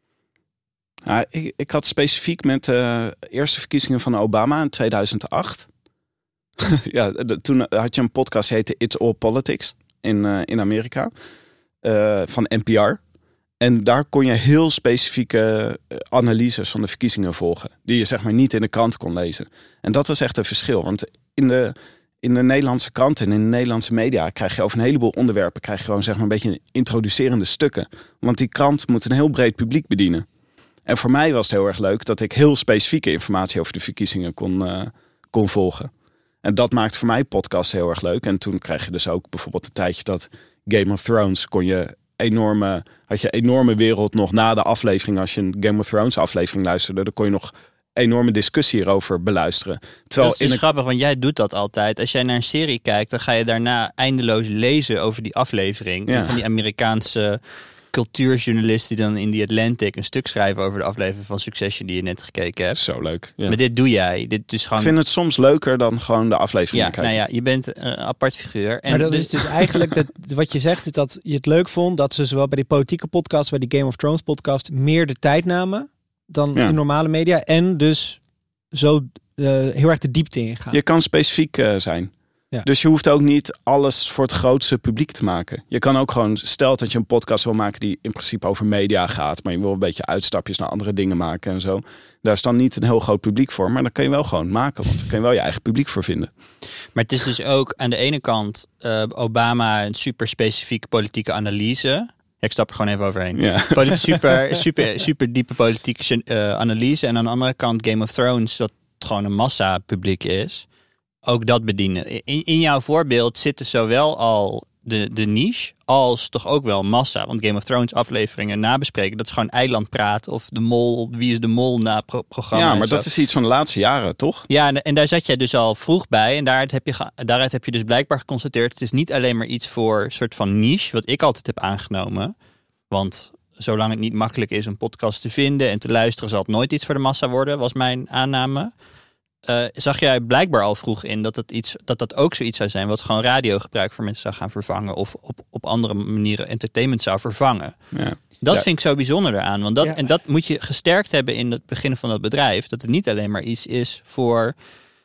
C: Ja, ik had specifiek met de eerste verkiezingen van Obama in 2008. Toen had je een podcast die heette It's All Politics in Amerika. Van NPR. En daar kon je heel specifieke analyses van de verkiezingen volgen. Die je zeg maar niet in de krant kon lezen. En dat was echt een verschil. Want in de Nederlandse krant en in de Nederlandse media krijg je over een heleboel onderwerpen gewoon zeg maar een beetje introducerende stukken. Want die krant moet een heel breed publiek bedienen. En voor mij was het heel erg leuk dat ik heel specifieke informatie over de verkiezingen kon volgen. En dat maakt voor mij podcasts heel erg leuk. En toen krijg je dus ook bijvoorbeeld een tijdje dat Game of Thrones had je enorme wereld nog na de aflevering. Als je een Game of Thrones aflevering luisterde, dan kon je nog enorme discussie hierover beluisteren.
A: Dat is dus grappig, want jij doet dat altijd. Als jij naar een serie kijkt, dan ga je daarna eindeloos lezen over die aflevering. Ja. Van die Amerikaanse cultuurjournalisten die dan in The Atlantic een stuk schrijven over de aflevering van Succession die je net gekeken hebt.
C: Zo leuk. Ja.
A: Maar dit doe jij. Dit is gewoon...
C: Ik vind het soms leuker dan gewoon de aflevering kijken.
A: Nou ja, je bent een apart figuur. En
B: maar dat is dus eigenlijk wat je zegt, is dat je het leuk vond dat ze zowel bij die politieke podcast, bij die Game of Thrones podcast, meer de tijd namen dan in normale media. En dus zo heel erg de diepte ingaan.
C: Je kan specifiek zijn. Ja. Dus je hoeft ook niet alles voor het grootste publiek te maken. Je kan ook gewoon, stel dat je een podcast wil maken die in principe over media gaat, maar je wil een beetje uitstapjes naar andere dingen maken en zo. Daar is dan niet een heel groot publiek voor, maar dan kun je wel gewoon maken, want dan kun je wel je eigen publiek voor vinden.
A: Maar het is dus ook aan de ene kant Obama een super specifieke politieke analyse. Ja, ik stap er gewoon even overheen. Ja. Super diepe politieke analyse. En aan de andere kant Game of Thrones, dat gewoon een massa publiek is. Ook dat bedienen. In jouw voorbeeld zitten zowel al de niche als toch ook wel massa. Want Game of Thrones afleveringen nabespreken, dat is gewoon eilandpraat of de mol, wie is de mol na programma.
C: Ja, maar dat is iets van de laatste jaren, toch?
A: Ja, en daar zat jij dus al vroeg bij. En daaruit heb je dus blijkbaar geconstateerd, het is niet alleen maar iets voor soort van niche, wat ik altijd heb aangenomen. Want zolang het niet makkelijk is een podcast te vinden en te luisteren, zal het nooit iets voor de massa worden, was mijn aanname. Zag jij blijkbaar al vroeg in dat ook zoiets zou zijn wat gewoon radiogebruik voor mensen zou gaan vervangen of op andere manieren entertainment zou vervangen. Ja. Dat vind ik zo bijzonder eraan. Want dat moet je gesterkt hebben in het begin van het bedrijf. Dat het niet alleen maar iets is voor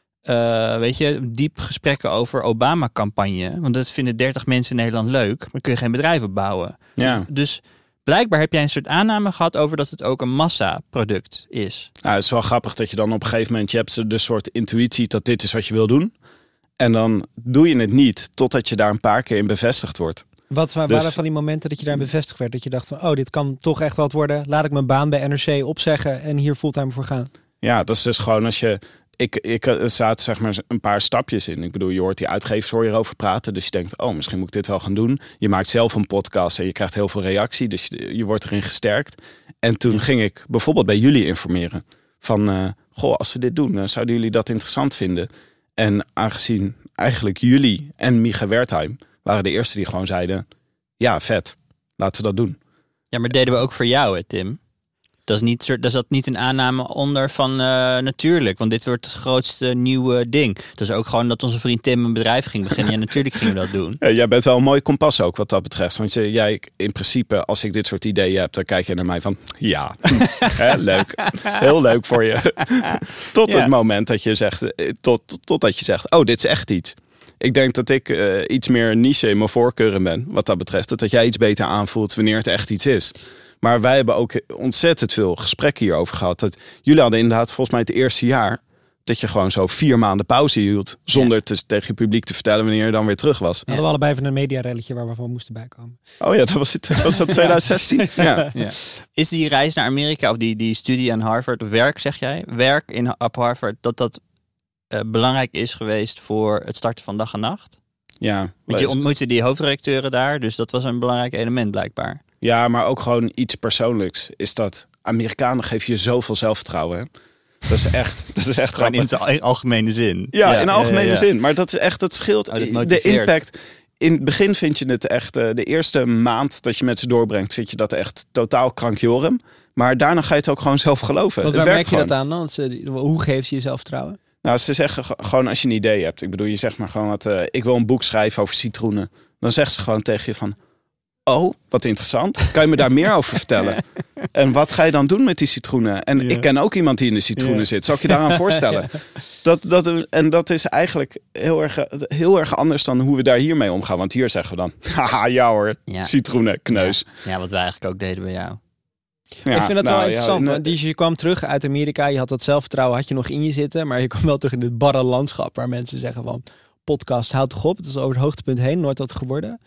A: diep gesprekken over Obama-campagne. Want dat vinden 30 mensen in Nederland leuk. Maar kun je geen bedrijf opbouwen. Ja. Dus blijkbaar heb jij een soort aanname gehad over dat het ook een massaproduct is. Nou,
C: het is wel grappig dat je dan op een gegeven moment, je hebt de soort intuïtie dat dit is wat je wil doen. En dan doe je het niet totdat je daar een paar keer in bevestigd wordt.
B: Wat waren van die momenten dat je daar bevestigd werd? Dat je dacht van, dit kan toch echt wat worden. Laat ik mijn baan bij NRC opzeggen en hier fulltime voor gaan.
C: Ja, dat is dus gewoon als je... Er zaten zeg maar een paar stapjes in. Ik bedoel, je hoort die uitgevers erover praten. Dus je denkt, misschien moet ik dit wel gaan doen. Je maakt zelf een podcast en je krijgt heel veel reactie. Dus je wordt erin gesterkt. En toen ging ik bijvoorbeeld bij jullie informeren. Van, als we dit doen, zouden jullie dat interessant vinden? En aangezien eigenlijk jullie en Micha Wertheim waren de eerste die gewoon zeiden, ja, vet, laten we dat doen.
A: Ja, maar deden we ook voor jou, hè, Tim? Daar zat niet een aanname onder van natuurlijk, want dit wordt het grootste nieuwe ding. Het is ook gewoon dat onze vriend Tim een bedrijf ging beginnen. Ja, natuurlijk gingen we dat doen.
C: Ja, jij bent wel een mooi kompas ook wat dat betreft. Want jij in principe, als ik dit soort ideeën heb, dan kijk je naar mij van, ja, leuk. Heel leuk voor je. Tot het moment dat je zegt, totdat je zegt, dit is echt iets. Ik denk dat ik iets meer niche in mijn voorkeuren ben, wat dat betreft. Dat jij iets beter aanvoelt wanneer het echt iets is. Maar wij hebben ook ontzettend veel gesprekken hierover gehad. Jullie hadden inderdaad volgens mij het eerste jaar dat je gewoon zo 4 maanden pauze hield. Zonder tegen je publiek te vertellen wanneer je dan weer terug was.
B: Hadden we allebei van een mediarelletje waar we van moesten bijkomen.
C: Oh ja, dat was dat 2016? Ja.
A: Is die reis naar Amerika of die studie aan Harvard, werk zeg jij, werk op Harvard, dat belangrijk is geweest voor het starten van Dag en Nacht?
C: Ja.
A: Want je ontmoette die hoofdredacteuren daar, dus dat was een belangrijk element blijkbaar.
C: Ja, maar ook gewoon iets persoonlijks. Is dat Amerikanen geven je zoveel zelfvertrouwen. Hè? Dat is echt
A: gewoon in zijn algemene zin.
C: Ja, in algemene zin. Maar dat is echt, dat scheelt. De impact. In het begin vind je het echt, de eerste maand dat je met ze doorbrengt, vind je dat echt totaal krankjorum. Maar daarna ga je het ook gewoon zelf geloven.
B: Waar merk je dat aan dan? Hoe geeft ze je zelfvertrouwen?
C: Nou, ze zeggen gewoon als je een idee hebt. Ik bedoel, je zegt maar gewoon ik wil een boek schrijven over citroenen. Dan zeggen ze gewoon tegen je van, oh, wat interessant. Kan je me daar meer over vertellen? En wat ga je dan doen met die citroenen? En ik ken ook iemand die in de citroenen zit. Zal ik je daaraan voorstellen? Dat is eigenlijk heel erg anders dan hoe we daar hiermee omgaan. Want hier zeggen we dan, haha, ja hoor, citroenen, kneus.
A: Ja, wat wij eigenlijk ook deden bij jou.
B: Ja, ik vind dat wel interessant. Want je kwam terug uit Amerika. Je had dat zelfvertrouwen had je nog in je zitten. Maar je kwam wel terug in dit barre landschap. Waar mensen zeggen van, podcast, houd toch op. Het is over het hoogtepunt heen. Nooit wat geworden.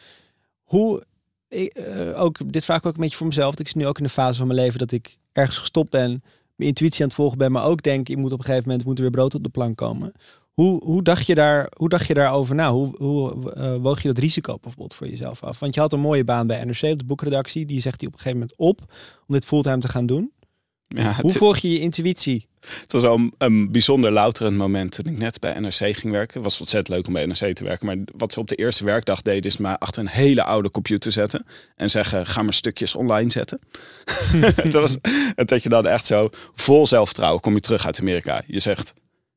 B: Dit vraag ik ook een beetje voor mezelf. Ik zit nu ook in de fase van mijn leven dat ik ergens gestopt ben. Mijn intuïtie aan het volgen ben. Maar ook denk, ik moet op een gegeven moment weer brood op de plank komen. Hoe dacht je daarover na? Hoe woog je dat risico bijvoorbeeld voor jezelf af? Want je had een mooie baan bij NRC op de boekredactie. Die zegt hij op een gegeven moment op om dit fulltime te gaan doen. Ja, hoe volg je je intuïtie?
C: Het was wel een bijzonder louterend moment toen ik net bij NRC ging werken. Het was ontzettend leuk om bij NRC te werken. Maar wat ze op de eerste werkdag deden is mij achter een hele oude computer zetten. En zeggen, ga maar stukjes online zetten. dat je dan echt zo vol zelfvertrouwen kom je terug uit Amerika. Je zegt,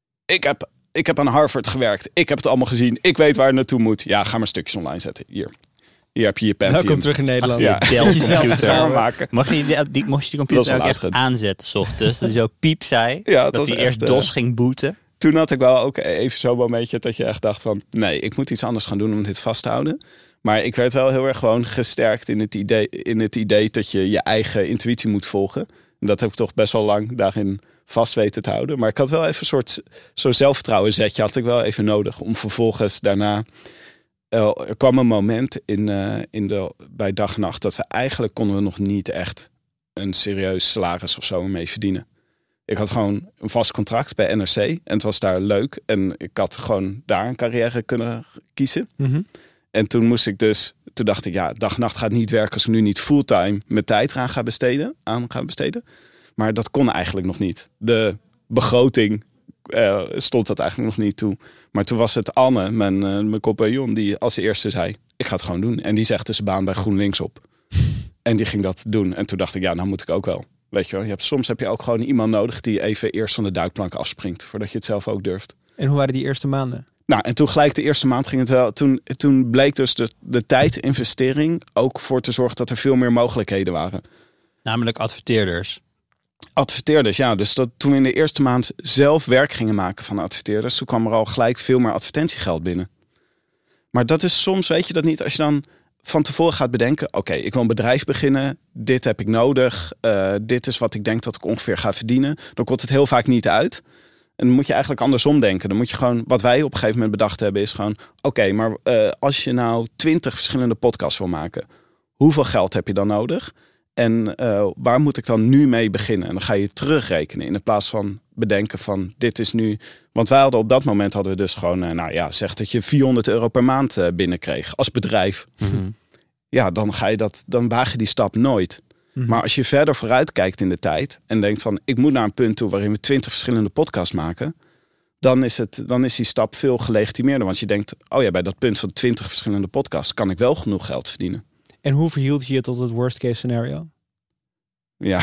C: ik heb aan Harvard gewerkt. Ik heb het allemaal gezien. Ik weet waar het naartoe moet. Ja, ga maar stukjes online zetten. Hier heb je je Pentium.
B: Welkom terug in Nederland.
A: Ja. Dell-computer maken. Mocht je die computer ook echt aanzetten 's ochtends? Dat hij zo piep zei. Ja, dat hij eerst DOS ging booten.
C: Toen had ik wel ook even zo'n momentje dat je echt dacht van, nee, ik moet iets anders gaan doen om dit vast te houden. Maar ik werd wel heel erg gewoon gesterkt in het idee dat je je eigen intuïtie moet volgen. En dat heb ik toch best wel lang daarin vast weten te houden. Maar ik had wel even een soort zo'n zelfvertrouwen zetje had ik wel even nodig. Om vervolgens daarna, er kwam een moment bij Dag en Nacht dat we eigenlijk konden we nog niet echt een serieus salaris of zo mee verdienen. Ik had gewoon een vast contract bij NRC en het was daar leuk. En ik had gewoon daar een carrière kunnen kiezen. Mm-hmm. En toen dacht ik, ja, Dag en Nacht gaat niet werken als ik nu niet fulltime mijn tijd aan ga besteden. Maar dat kon eigenlijk nog niet. De begroting stond dat eigenlijk nog niet toe. Maar toen was het Anne, mijn compagnon, die als eerste zei, ik ga het gewoon doen. En die zegde zijn baan bij GroenLinks op. En die ging dat doen. En toen dacht ik, ja, nou moet ik ook wel. Weet je wel, soms heb je ook gewoon iemand nodig die even eerst van de duikplank afspringt. Voordat je het zelf ook durft.
B: En hoe waren die eerste maanden?
C: Nou, en toen gelijk de eerste maand ging het wel. Toen bleek dus de tijdinvestering ook voor te zorgen dat er veel meer mogelijkheden waren.
A: Namelijk adverteerders.
C: Adverteerders, ja. Dus toen we in de eerste maand zelf werk gingen maken van adverteerders, toen kwam er al gelijk veel meer advertentiegeld binnen. Maar dat is soms, weet je dat niet, als je dan van tevoren gaat bedenken, oké, ik wil een bedrijf beginnen, dit heb ik nodig, dit is wat ik denk dat ik ongeveer ga verdienen. Dan komt het heel vaak niet uit. En dan moet je eigenlijk andersom denken. Dan moet je gewoon, wat wij op een gegeven moment bedacht hebben, is gewoon, oké, maar als je nou 20 verschillende podcasts wil maken, hoeveel geld heb je dan nodig? En waar moet ik dan nu mee beginnen? En dan ga je terugrekenen in plaats van bedenken van dit is nu. Want wij hadden op dat moment we dus gewoon, zeg dat je €400 per maand binnenkreeg als bedrijf. Mm-hmm. Ja, dan waag je die stap nooit. Mm-hmm. Maar als je verder vooruit kijkt in de tijd en denkt van ik moet naar een punt toe waarin we 20 verschillende podcasts maken, dan is die stap veel gelegitimeerder. Want je denkt, oh ja, bij dat punt van 20 verschillende podcasts kan ik wel genoeg geld verdienen.
B: En hoe verhield je je tot het worst case scenario?
C: Ja,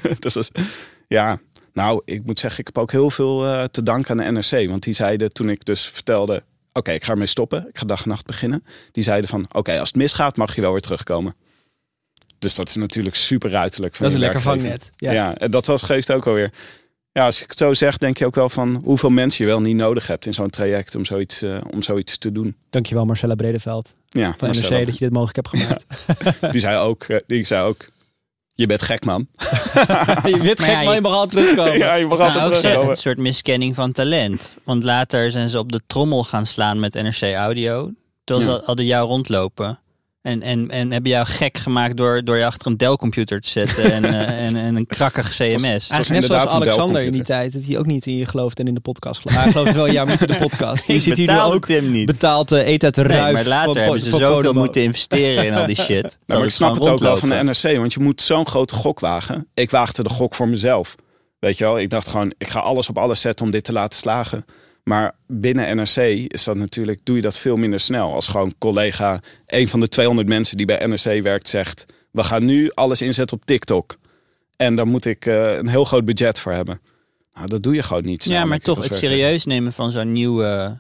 C: nou, ik moet zeggen, ik heb ook heel veel te danken aan de NRC. Want die zeiden toen ik dus vertelde, oké, ik ga ermee stoppen. Ik ga Dag en Nacht beginnen. Die zeiden van, oké, als het misgaat mag je wel weer terugkomen. Dus dat is natuurlijk super ruiterlijk.
B: Dat is een lekker vangnet.
C: Ja, en dat geeft ook alweer. Ja, als ik het zo zeg, denk je ook wel van hoeveel mensen je wel niet nodig hebt in zo'n traject om zoiets te doen.
B: Dankjewel Marcella Bredeveld van NRC dat je dit mogelijk hebt gemaakt.
C: Die zei ook, Je bent gek, man.
B: Je bent gek, maar je mag altijd terugkomen.
C: Ja, je mag altijd
A: ook
C: terugkomen.
A: een soort miskenning van talent. Want later zijn ze op de trommel gaan slaan met NRC Audio. Terwijl ze hadden jou rondlopen. En hebben jou gek gemaakt door je achter een Dell-computer te zetten en een krakkig CMS.
B: Eigenlijk net zoals Alexander in die tijd, dat hij ook niet in je gelooft en in de podcast gelooft. Hij gelooft wel in jou, niet in de podcast. Je zit hier nu ook
A: Tim niet.
B: betaald eten uit de ruif.
A: Nee, maar later hebben ze zoveel moeten investeren in al die shit.
C: Maar ik snap het ook wel van de NRC, want je moet zo'n grote gok wagen. Ik waagde de gok voor mezelf. Weet je wel, ik dacht gewoon, ik ga alles op alles zetten om dit te laten slagen. Maar binnen NRC is dat natuurlijk, doe je dat veel minder snel. Als gewoon collega, een van de 200 mensen die bij NRC werkt, zegt: we gaan nu alles inzetten op TikTok. En daar moet ik een heel groot budget voor hebben. Nou, dat doe je gewoon niet snel.
A: Ja, maar toch het serieus nemen van zo'n nieuwe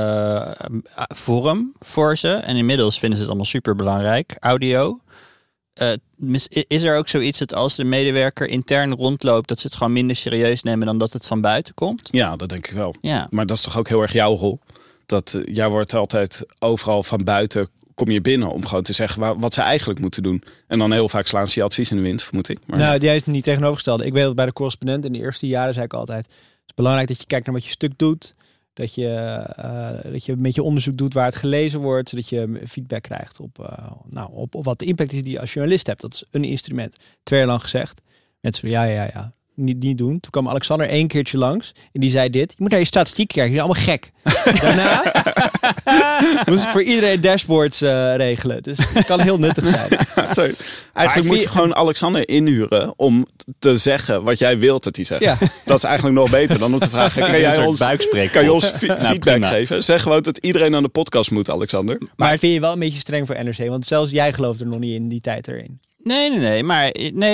A: vorm voor ze. En inmiddels vinden ze het allemaal super belangrijk, audio. Is er ook zoiets dat als de medewerker intern rondloopt, dat ze het gewoon minder serieus nemen dan dat het van buiten komt?
C: Ja, dat denk ik wel.
A: Ja.
C: Maar dat is toch ook heel erg jouw rol. Dat jij wordt altijd overal van buiten, kom je binnen om gewoon te zeggen wat ze eigenlijk moeten doen. En dan heel vaak slaan ze je advies in de wind, vermoed ik. Maar
B: nou, die is niet tegenovergesteld. Ik weet dat bij de correspondent in de eerste jaren zei ik altijd: het is belangrijk dat je kijkt naar wat je stuk doet. Dat je een beetje onderzoek doet waar het gelezen wordt, zodat je feedback krijgt op wat de impact is die je als journalist hebt. Dat is een instrument. 2 jaar lang gezegd. Mensen, ja. Niet doen. Toen kwam Alexander 1 keertje langs en die zei dit: je moet naar je statistiek kijken, je is allemaal gek. Daarna moest ik voor iedereen dashboards regelen. Dus het kan heel nuttig zijn.
C: Eigenlijk moet je gewoon Alexander inhuren om te zeggen wat jij wilt dat hij zegt.
B: Ja.
C: Dat is eigenlijk nog beter dan om te vragen: kan je ons feedback geven? Zeg gewoon dat iedereen aan de podcast moet, Alexander.
B: Maar vind je wel een beetje streng voor NRC? Want zelfs jij gelooft er nog niet in die tijd erin.
A: Nee. Maar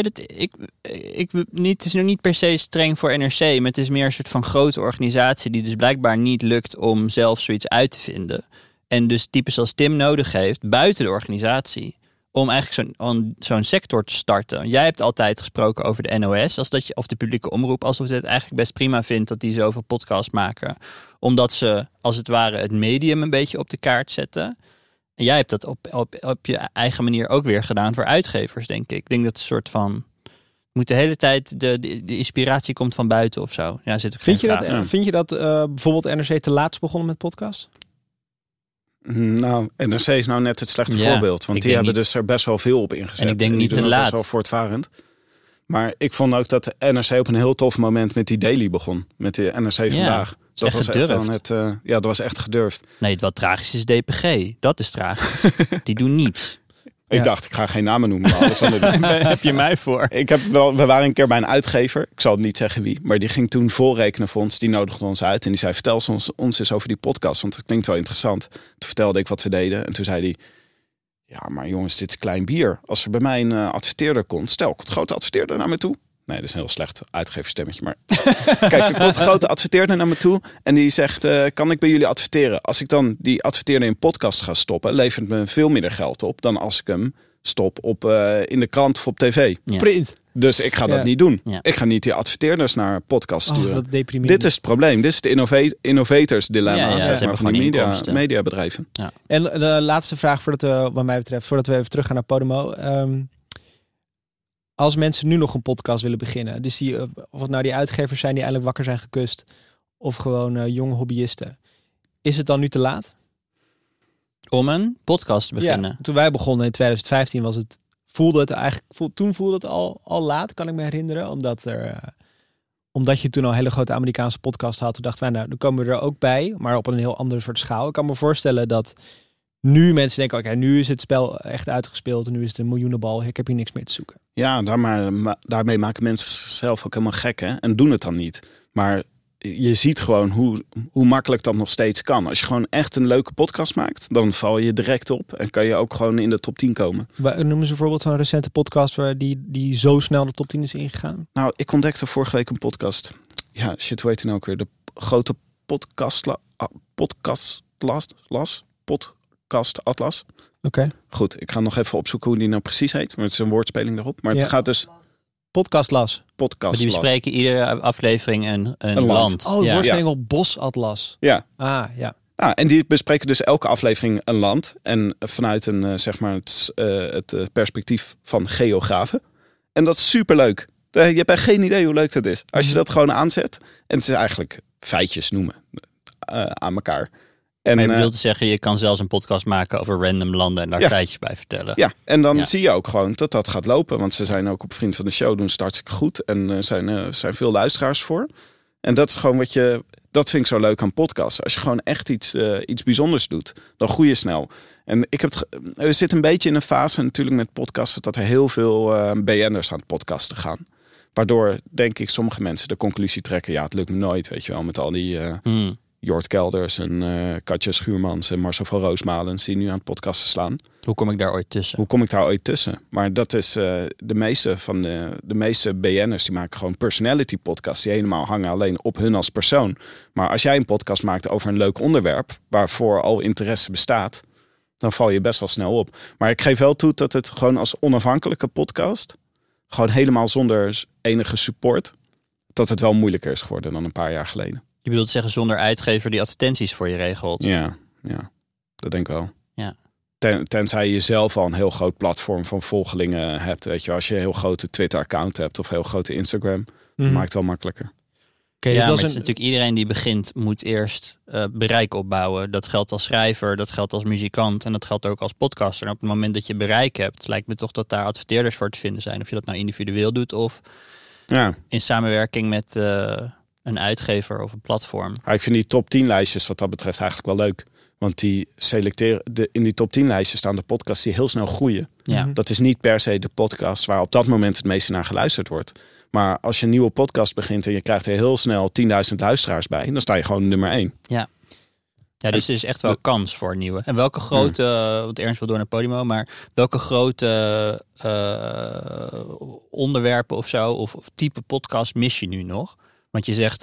A: het is nog niet per se streng voor NRC. Maar het is meer een soort van grote organisatie die dus blijkbaar niet lukt om zelf zoiets uit te vinden. En dus types als Tim nodig heeft buiten de organisatie om eigenlijk zo'n sector te starten. Jij hebt altijd gesproken over de NOS of de publieke omroep, alsof je het eigenlijk best prima vindt dat die zoveel podcasts maken. Omdat ze als het ware het medium een beetje op de kaart zetten. En jij hebt dat op je eigen manier ook weer gedaan voor uitgevers, denk ik. Ik denk dat het een soort van moet de hele tijd de inspiratie komt van buiten of zo. Ja, zit ook
B: Vind je dat bijvoorbeeld NRC te laat is begonnen met podcast?
C: Nou, NRC is nou net het slechte voorbeeld. Want die hebben dus er best wel veel op ingezet.
A: En ik denk niet te laat.
C: Best wel voortvarend. Maar ik vond ook dat de NRC op een heel tof moment met die daily begon. Met de NRC Vandaag.
A: Dat was echt
C: gedurfd. Dat was echt gedurfd.
A: Nee, wat tragisch is DPG. Dat is tragisch. Die doen niets.
C: Ik dacht, ik ga geen namen noemen. Maar
A: daar heb je mij voor.
C: We waren een keer bij een uitgever. Ik zal het niet zeggen wie. Maar die ging toen volrekenen voor ons. Die nodigde ons uit. En die zei: vertel ons eens over die podcast. Want het klinkt wel interessant. Toen vertelde ik wat ze deden. En toen zei hij: ja, maar jongens, dit is klein bier. Als er bij mij een adverteerder komt. Stel, komt een grote adverteerder naar me toe. Nee, dat is een heel slecht uitgeverstemmetje. Maar kijk, er komt een grote adverteerder naar me toe. En die zegt: kan ik bij jullie adverteren? Als ik dan die adverteerder in podcast ga stoppen, levert me veel minder geld op dan als ik hem stop in de krant of op tv.
B: Ja. Print.
C: Dus ik ga dat niet doen.
A: Ja.
C: Ik ga niet die adverteerders naar podcast sturen.
B: Wat deprimerend.
C: Dit is het probleem. Dit is het innovators dilemma
A: zeg maar,
C: van die mediabedrijven.
B: Ja. En de laatste vraag wat mij betreft, voordat we even terug gaan naar Podimo. Als mensen nu nog een podcast willen beginnen, dus of het nou die uitgevers zijn die eindelijk wakker zijn gekust, of gewoon jonge hobbyisten, is het dan nu te laat?
A: Om een podcast te beginnen?
B: Ja, toen wij begonnen in 2015 toen voelde het al laat, kan ik me herinneren. Omdat je toen al een hele grote Amerikaanse podcast had, toen dachten wij, nou, dan komen we er ook bij, maar op een heel andere soort schaal. Ik kan me voorstellen dat nu mensen denken, oké, nu is het spel echt uitgespeeld en nu is het een miljoenenbal, ik heb hier niks meer te zoeken.
C: Ja, daarmee maken mensen zichzelf ook helemaal gek, hè? En doen het dan niet. Maar je ziet gewoon hoe makkelijk dat nog steeds kan. Als je gewoon echt een leuke podcast maakt, dan val je direct op en kan je ook gewoon in de top 10 komen.
B: Noemen ze een voorbeeld van een recente podcast waar die zo snel de top 10 is ingegaan?
C: Nou, ik ontdekte vorige week een podcast. Ja, shit, hoe heet die nou ook weer? De grote podcast Atlas.
B: Oké.
C: Goed, ik ga nog even opzoeken hoe die nou precies heet. Maar het is een woordspeling daarop. Maar het gaat dus...
B: Podcastlas.
A: Die bespreken iedere aflevering een land.
B: Oh, de woordspeling op Bosatlas.
C: Ja.
B: Ah, ja.
C: Ah, en die bespreken dus elke aflevering een land. En vanuit het perspectief van geografen. En dat is superleuk. Je hebt echt geen idee hoe leuk dat is. Als je dat gewoon aanzet. En het is eigenlijk feitjes noemen aan elkaar. En,
A: maar je bedoelt te zeggen, je kan zelfs een podcast maken over random landen en daar feitjes bij vertellen.
C: Ja, en dan zie je ook gewoon dat gaat lopen. Want ze zijn ook op Vriend van de Show, doen ze hartstikke goed. En zijn veel luisteraars voor. En dat is gewoon dat vind ik zo leuk aan podcasts. Als je gewoon echt iets bijzonders doet, dan groei je snel. En er zit een beetje in een fase natuurlijk met podcasten dat er heel veel BN'ers aan het podcasten gaan. Waardoor, denk ik, sommige mensen de conclusie trekken, ja, het lukt me nooit, weet je wel, met al die Jort Kelders en Katja Schuurmans en Marcel van Roosmalens die nu aan het podcasten slaan.
A: Hoe kom ik daar ooit tussen?
C: Maar dat is de meeste BN'ers die maken gewoon personality podcasts die helemaal hangen alleen op hun als persoon. Maar als jij een podcast maakt over een leuk onderwerp waarvoor al interesse bestaat, dan val je best wel snel op. Maar ik geef wel toe dat het gewoon als onafhankelijke podcast, gewoon helemaal zonder enige support, dat het wel moeilijker is geworden dan een paar jaar geleden.
A: Je bedoelt zeggen zonder uitgever die advertenties voor je regelt?
C: Ja, dat denk ik wel.
A: Ja.
C: Tenzij je zelf al een heel groot platform van volgelingen hebt. Weet je, als je een heel grote Twitter-account hebt of een heel grote Instagram, maakt het wel makkelijker.
A: Maar het is natuurlijk iedereen die begint moet eerst bereik opbouwen. Dat geldt als schrijver, dat geldt als muzikant en dat geldt ook als podcaster. En op het moment dat je bereik hebt, lijkt me toch dat daar adverteerders voor te vinden zijn. Of je dat nou individueel doet of in samenwerking met een uitgever of een platform.
C: Ja, ik vind die top 10 lijstjes wat dat betreft eigenlijk wel leuk. Want die selecteren in die top 10 lijstjes staan de podcasts die heel snel groeien.
A: Ja.
C: Dat is niet per se de podcast waar op dat moment het meeste naar geluisterd wordt. Maar als je een nieuwe podcast begint en je krijgt er heel snel 10.000 luisteraars bij, dan sta je gewoon nummer 1.
A: Ja. Ja, dus er is echt wel kans voor een nieuwe. En welke grote, want Ernst wil door naar Podimo, maar welke grote onderwerpen of zo, of type podcast mis je nu nog? Want je zegt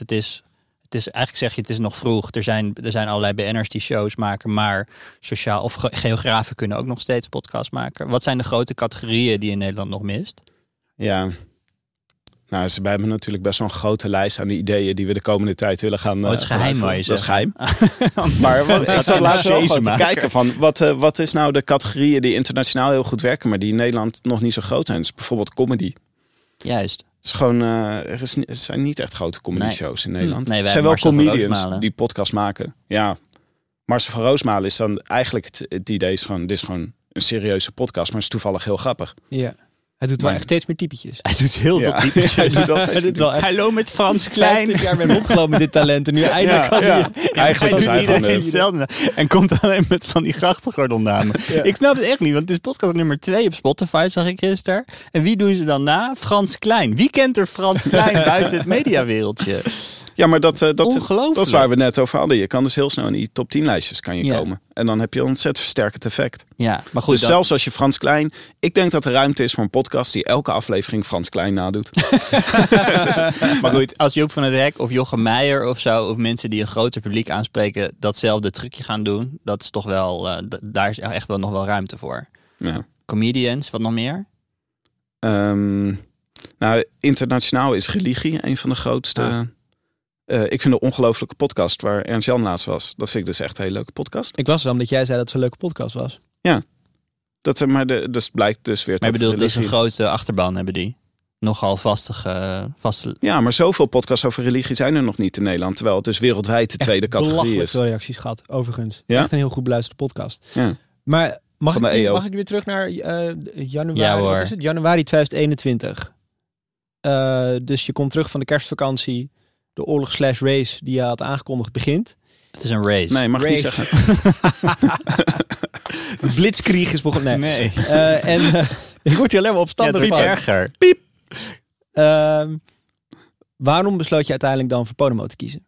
A: het is nog vroeg. Er zijn allerlei BN'ers die shows maken, maar sociaal of geografen kunnen ook nog steeds podcasts maken. Wat zijn de grote categorieën die in Nederland nog mist?
C: Ja. Nou, wij hebben natuurlijk best wel een grote lijst aan de ideeën die we de komende tijd willen gaan.
A: Het is geheim, maar je zegt.
C: Dat is geheim. Maar ik zat laatst wel gewoon te kijken van wat is nou de categorieën die internationaal heel goed werken, maar die in Nederland nog niet zo groot zijn. Dus bijvoorbeeld comedy.
A: Juist.
C: Het is gewoon, er zijn niet echt grote comedy shows in Nederland.
A: Nee,
C: er zijn wel comedians die podcast maken. Ja, Marcel van Roosmalen is dan eigenlijk het idee is gewoon, dit is gewoon een serieuze podcast, maar het is toevallig heel grappig.
B: Ja. Hij doet wel echt steeds meer typetjes.
A: Hij doet heel veel typetjes.
C: Hij doet wel
A: Hallo met Frans Klein.
B: 50 jaar ben rondgelopen met dit talent. En nu eindelijk kan hij...
A: Eigenlijk doet iedereen hetzelfde. En komt alleen met van die grachtengordelnamen. Ja. Ik snap het echt niet, want het is podcast nummer 2 op Spotify, zag ik gisteren. En wie doen ze dan na? Frans Klein. Wie kent er Frans Klein buiten het mediawereldje?
C: Ja, maar dat is waar we net over hadden. Je kan dus heel snel in die top 10 lijstjes komen. En dan heb je een ontzettend versterkend effect.
A: Ja, maar goed.
C: Dus zelfs als je Frans Klein... Ik denk dat er ruimte is voor een podcast die elke aflevering Frans Klein nadoet.
A: Maar goed, als Joop van het Hek of Jochem Meijer of zo... of mensen die een groter publiek aanspreken... datzelfde trucje gaan doen... dat is toch wel... daar is echt wel nog wel ruimte voor.
C: Ja.
A: Comedians, wat nog meer?
C: Nou, internationaal is Religie een van de grootste... ik vind de ongelofelijke podcast waar Ernst Jan laatst was. Dat vind ik dus echt een hele leuke podcast.
B: Ik was er omdat jij zei dat het een leuke podcast was.
C: Ja. Dus blijkt dus weer...
A: Maar je bedoelt dus een grote achterban hebben die? Nogal vaste...
C: Ja, maar zoveel podcasts over religie zijn er nog niet in Nederland. Terwijl het dus wereldwijd de tweede categorie is.
B: Veel reacties gehad, overigens.
C: Ja?
B: Echt een heel goed beluisterde podcast.
C: Ja.
B: Maar mag ik weer terug naar januari?
A: Ja, hoor.
B: Wat is het? Januari 2021. Dus je komt terug van de kerstvakantie... De oorlog/race die je had aangekondigd begint.
A: Het is een race.
C: Nee, mag niet zeggen.
B: Blitzkrieg is begonnen.
A: Nee.
B: Ik word hier alleen maar opstandig van.
A: Erger.
B: Piep. Waarom besloot je uiteindelijk dan voor Podimo te kiezen?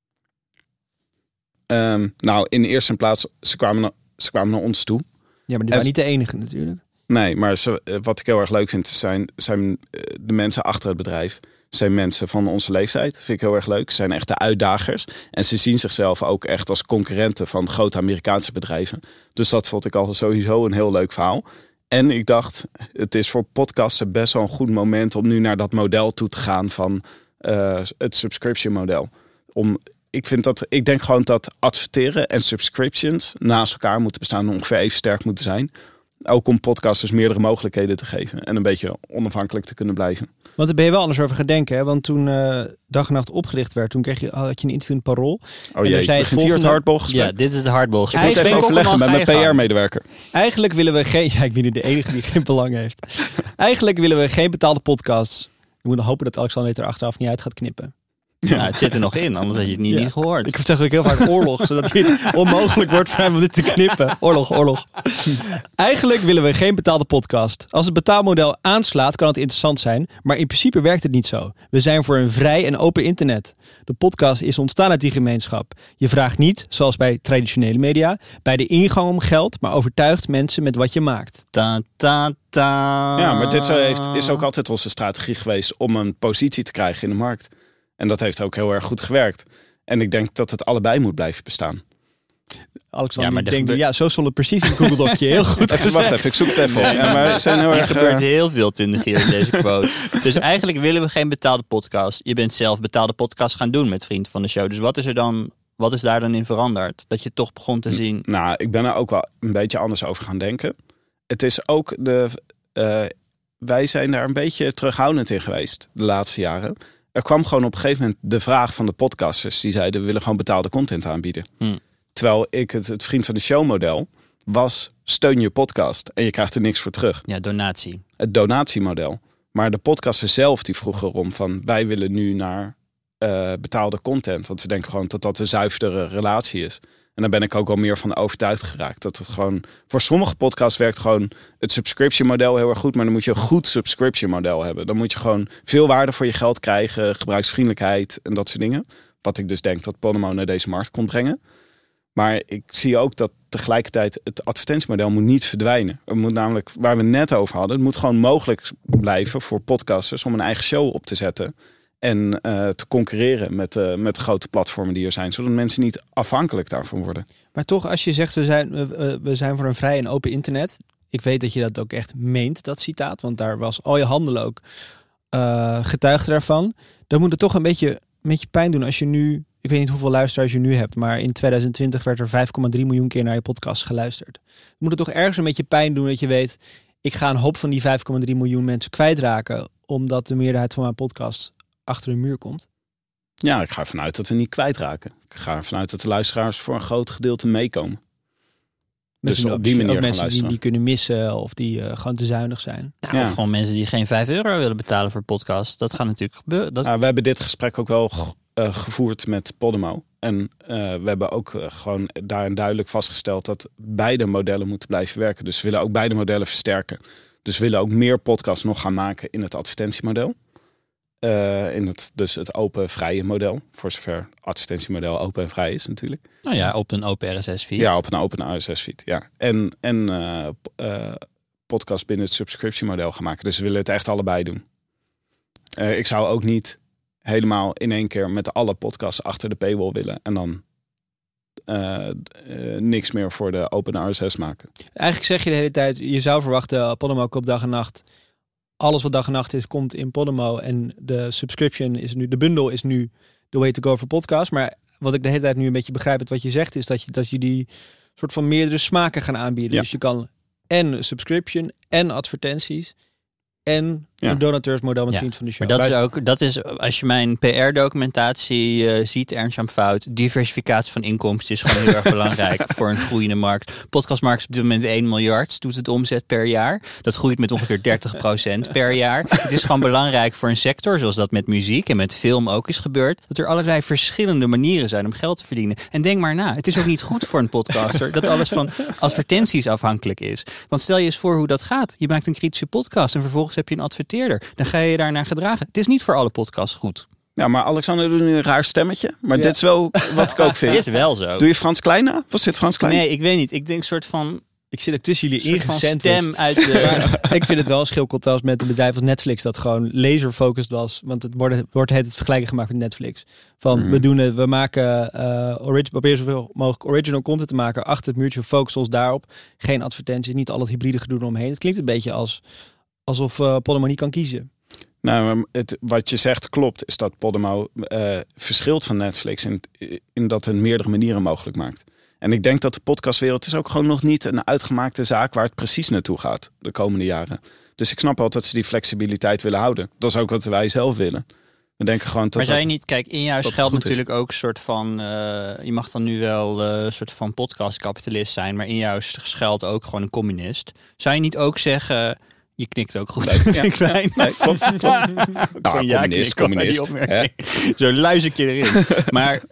C: Nou, in de eerste plaats, ze kwamen naar ons toe.
B: Ja, maar die waren niet de enige natuurlijk.
C: Nee, maar wat ik heel erg leuk vind, zijn de mensen achter het bedrijf. Zijn mensen van onze leeftijd. Vind ik heel erg leuk. Ze zijn echt de uitdagers. En ze zien zichzelf ook echt als concurrenten van grote Amerikaanse bedrijven. Dus dat vond ik al sowieso een heel leuk verhaal. En ik dacht, het is voor podcasten best wel een goed moment om nu naar dat model toe te gaan van het subscription model. Ik denk gewoon dat adverteren en subscriptions naast elkaar moeten bestaan, ongeveer even sterk moeten zijn. Ook om podcasters meerdere mogelijkheden te geven. En een beetje onafhankelijk te kunnen blijven.
B: Want daar ben je wel anders over gaan denken. Hè? Want toen Dag en Nacht opgericht werd, toen had je een interview in het Parool.
C: Oh jee, begint hier het hardballgesprek?
A: Ja, dit is het hardballgesprek.
C: Ik moet even overleggen met mijn PR-medewerker.
B: Eigenlijk willen we geen... Ja, ik ben nu de enige die geen belang heeft. Eigenlijk willen we geen betaalde podcasts. We moeten hopen dat Alexander het er achteraf niet uit gaat knippen.
A: Ja. Nou, het zit er nog in, anders had je het niet gehoord.
B: Ik zeg ook heel vaak oorlog, zodat het onmogelijk wordt voor hem om dit te knippen. Oorlog. Eigenlijk willen we geen betaalde podcast. Als het betaalmodel aanslaat, kan het interessant zijn, maar in principe werkt het niet zo. We zijn voor een vrij en open internet. De podcast is ontstaan uit die gemeenschap. Je vraagt niet, zoals bij traditionele media, bij de ingang om geld, maar overtuigt mensen met wat je maakt.
A: Ta, ta, ta.
C: Ja, maar dit is ook altijd onze strategie geweest om een positie te krijgen in de markt. En dat heeft ook heel erg goed gewerkt. En ik denk dat het allebei moet blijven bestaan.
B: Alexander, zo stond het precies in Google Docje. Heel goed.
C: Wacht even, ik zoek het even op. Ja, maar er zijn heel erg,
A: gebeurt heel veel te negeren in deze quote. Dus eigenlijk willen we geen betaalde podcast. Je bent zelf betaalde podcast gaan doen met Vriend van de Show. Dus wat is daar dan in veranderd? Dat je toch begon te zien...
C: Nou, ik ben er ook wel een beetje anders over gaan denken. Het is ook wij zijn daar een beetje terughoudend in geweest de laatste jaren. Er kwam gewoon op een gegeven moment de vraag van de podcasters. Die zeiden, we willen gewoon betaalde content aanbieden. Terwijl ik het Vriend van de Show model was, steun je podcast. En je krijgt er niks voor terug.
A: Ja, donatie.
C: Het donatiemodel. Maar de podcasters zelf die vroegen erom van, wij willen nu naar betaalde content. Want ze denken gewoon dat dat een zuiverdere relatie is. En daar ben ik ook wel meer van overtuigd geraakt. Dat het gewoon, voor sommige podcasts werkt gewoon het subscription model heel erg goed. Maar dan moet je een goed subscription model hebben. Dan moet je gewoon veel waarde voor je geld krijgen. Gebruiksvriendelijkheid en dat soort dingen. Wat ik dus denk dat Podimo naar deze markt kon brengen. Maar ik zie ook dat tegelijkertijd het advertentiemodel moet niet verdwijnen. Het moet namelijk, waar we het net over hadden, het moet gewoon mogelijk blijven voor podcasters om een eigen show op te zetten. En te concurreren met de grote platformen die er zijn. Zodat mensen niet afhankelijk daarvan worden.
B: Maar toch, als je zegt we zijn voor een vrij en open internet. Ik weet dat je dat ook echt meent, dat citaat. Want daar was al je handelen ook getuige daarvan. Dan moet het toch een beetje pijn doen als je nu... Ik weet niet hoeveel luisteraars je nu hebt. Maar in 2020 werd er 5,3 miljoen keer naar je podcast geluisterd. Moet het toch ergens een beetje pijn doen dat je weet... Ik ga een hoop van die 5,3 miljoen mensen kwijtraken. Omdat de meerderheid van mijn podcast achter een muur komt?
C: Ja, ik ga ervan uit dat we niet kwijtraken. Ik ga ervan uit dat de luisteraars voor een groot gedeelte meekomen. Dus op die manier gaan luisteren.
B: Die kunnen missen of die gewoon te zuinig zijn.
A: Nou, ja. Of gewoon mensen die geen €5 willen betalen voor podcast. Dat gaat natuurlijk gebeuren.
C: We hebben dit gesprek ook wel gevoerd met Podimo. En we hebben ook gewoon daarin duidelijk vastgesteld dat beide modellen moeten blijven werken. Dus we willen ook beide modellen versterken. Dus we willen ook meer podcasts nog gaan maken in het advertentiemodel. Dus het open vrije model. Voor zover het advertentiemodel open en vrij is natuurlijk.
A: Nou ja, op een open RSS-feed.
C: Ja, op een open RSS-feed. Ja. En podcast binnen het subscription model gaan maken. Dus we willen het echt allebei doen. Ik zou ook niet helemaal in één keer met alle podcasts achter de paywall willen. En dan niks meer voor de open RSS maken.
B: Eigenlijk zeg je de hele tijd, je zou verwachten Podimo op Dag en Nacht. Alles wat Dag en Nacht is, komt in Podimo. En de subscription is nu, de bundle is nu the way to go voor podcast. Maar wat ik de hele tijd nu een beetje begrijp uit wat je zegt, is dat je die soort van meerdere smaken gaan aanbieden.
C: Ja.
B: Dus je kan en subscription en advertenties en een donateursmodel met Vriend van de Show.
A: Maar dat is als je mijn PR-documentatie ziet, Ernst-Jan Fout, diversificatie van inkomsten is gewoon heel erg belangrijk voor een groeiende markt. Podcastmarkt is op dit moment 1 miljard, doet het omzet per jaar. Dat groeit met ongeveer 30% per jaar. Het is gewoon belangrijk voor een sector, zoals dat met muziek en met film ook is gebeurd, dat er allerlei verschillende manieren zijn om geld te verdienen. En denk maar na, het is ook niet goed voor een podcaster dat alles van advertenties afhankelijk is. Want stel je eens voor hoe dat gaat. Je maakt een kritische podcast en vervolgens heb je een adverteerder. Dan ga je daarnaar gedragen. Het is niet voor alle podcasts goed.
C: Ja, maar Alexander doet nu een raar stemmetje. Maar dit is wel wat ik ook vind.
A: Is wel zo.
C: Doe je Frans Klein na? Was dit Frans Klein?
A: Nee, ik weet niet. Ik denk soort van...
B: Ik zit ook tussen jullie ingezend.
A: Stem uit de...
B: Ik vind het wel een schilcontrast met een bedrijf als Netflix dat gewoon laser-focused was. Want het wordt het vergelijking gemaakt met Netflix. Van we maken proberen zoveel mogelijk original content te maken. Achter het muurtje, focus ons daarop. Geen advertenties, niet al het hybride gedoe omheen. Het klinkt een beetje alsof Podimo niet kan kiezen.
C: Nou, wat je zegt klopt, is dat Podimo verschilt van Netflix in dat het meerdere manieren mogelijk maakt. En ik denk dat de podcastwereld is ook gewoon nog niet een uitgemaakte zaak waar het precies naartoe gaat de komende jaren. Dus ik snap wel dat ze die flexibiliteit willen houden. Dat is ook wat wij zelf willen. We denken gewoon dat.
A: Maar zou je niet, kijk, in jouw geldt natuurlijk ook een soort van. Je mag dan nu wel een soort van podcastkapitalist zijn, maar in jou geldt ook gewoon een communist. Zou je niet ook zeggen. Je knikt ook goed.
C: Nee, klopt. Communist.
A: Zo luister ik je erin. Maar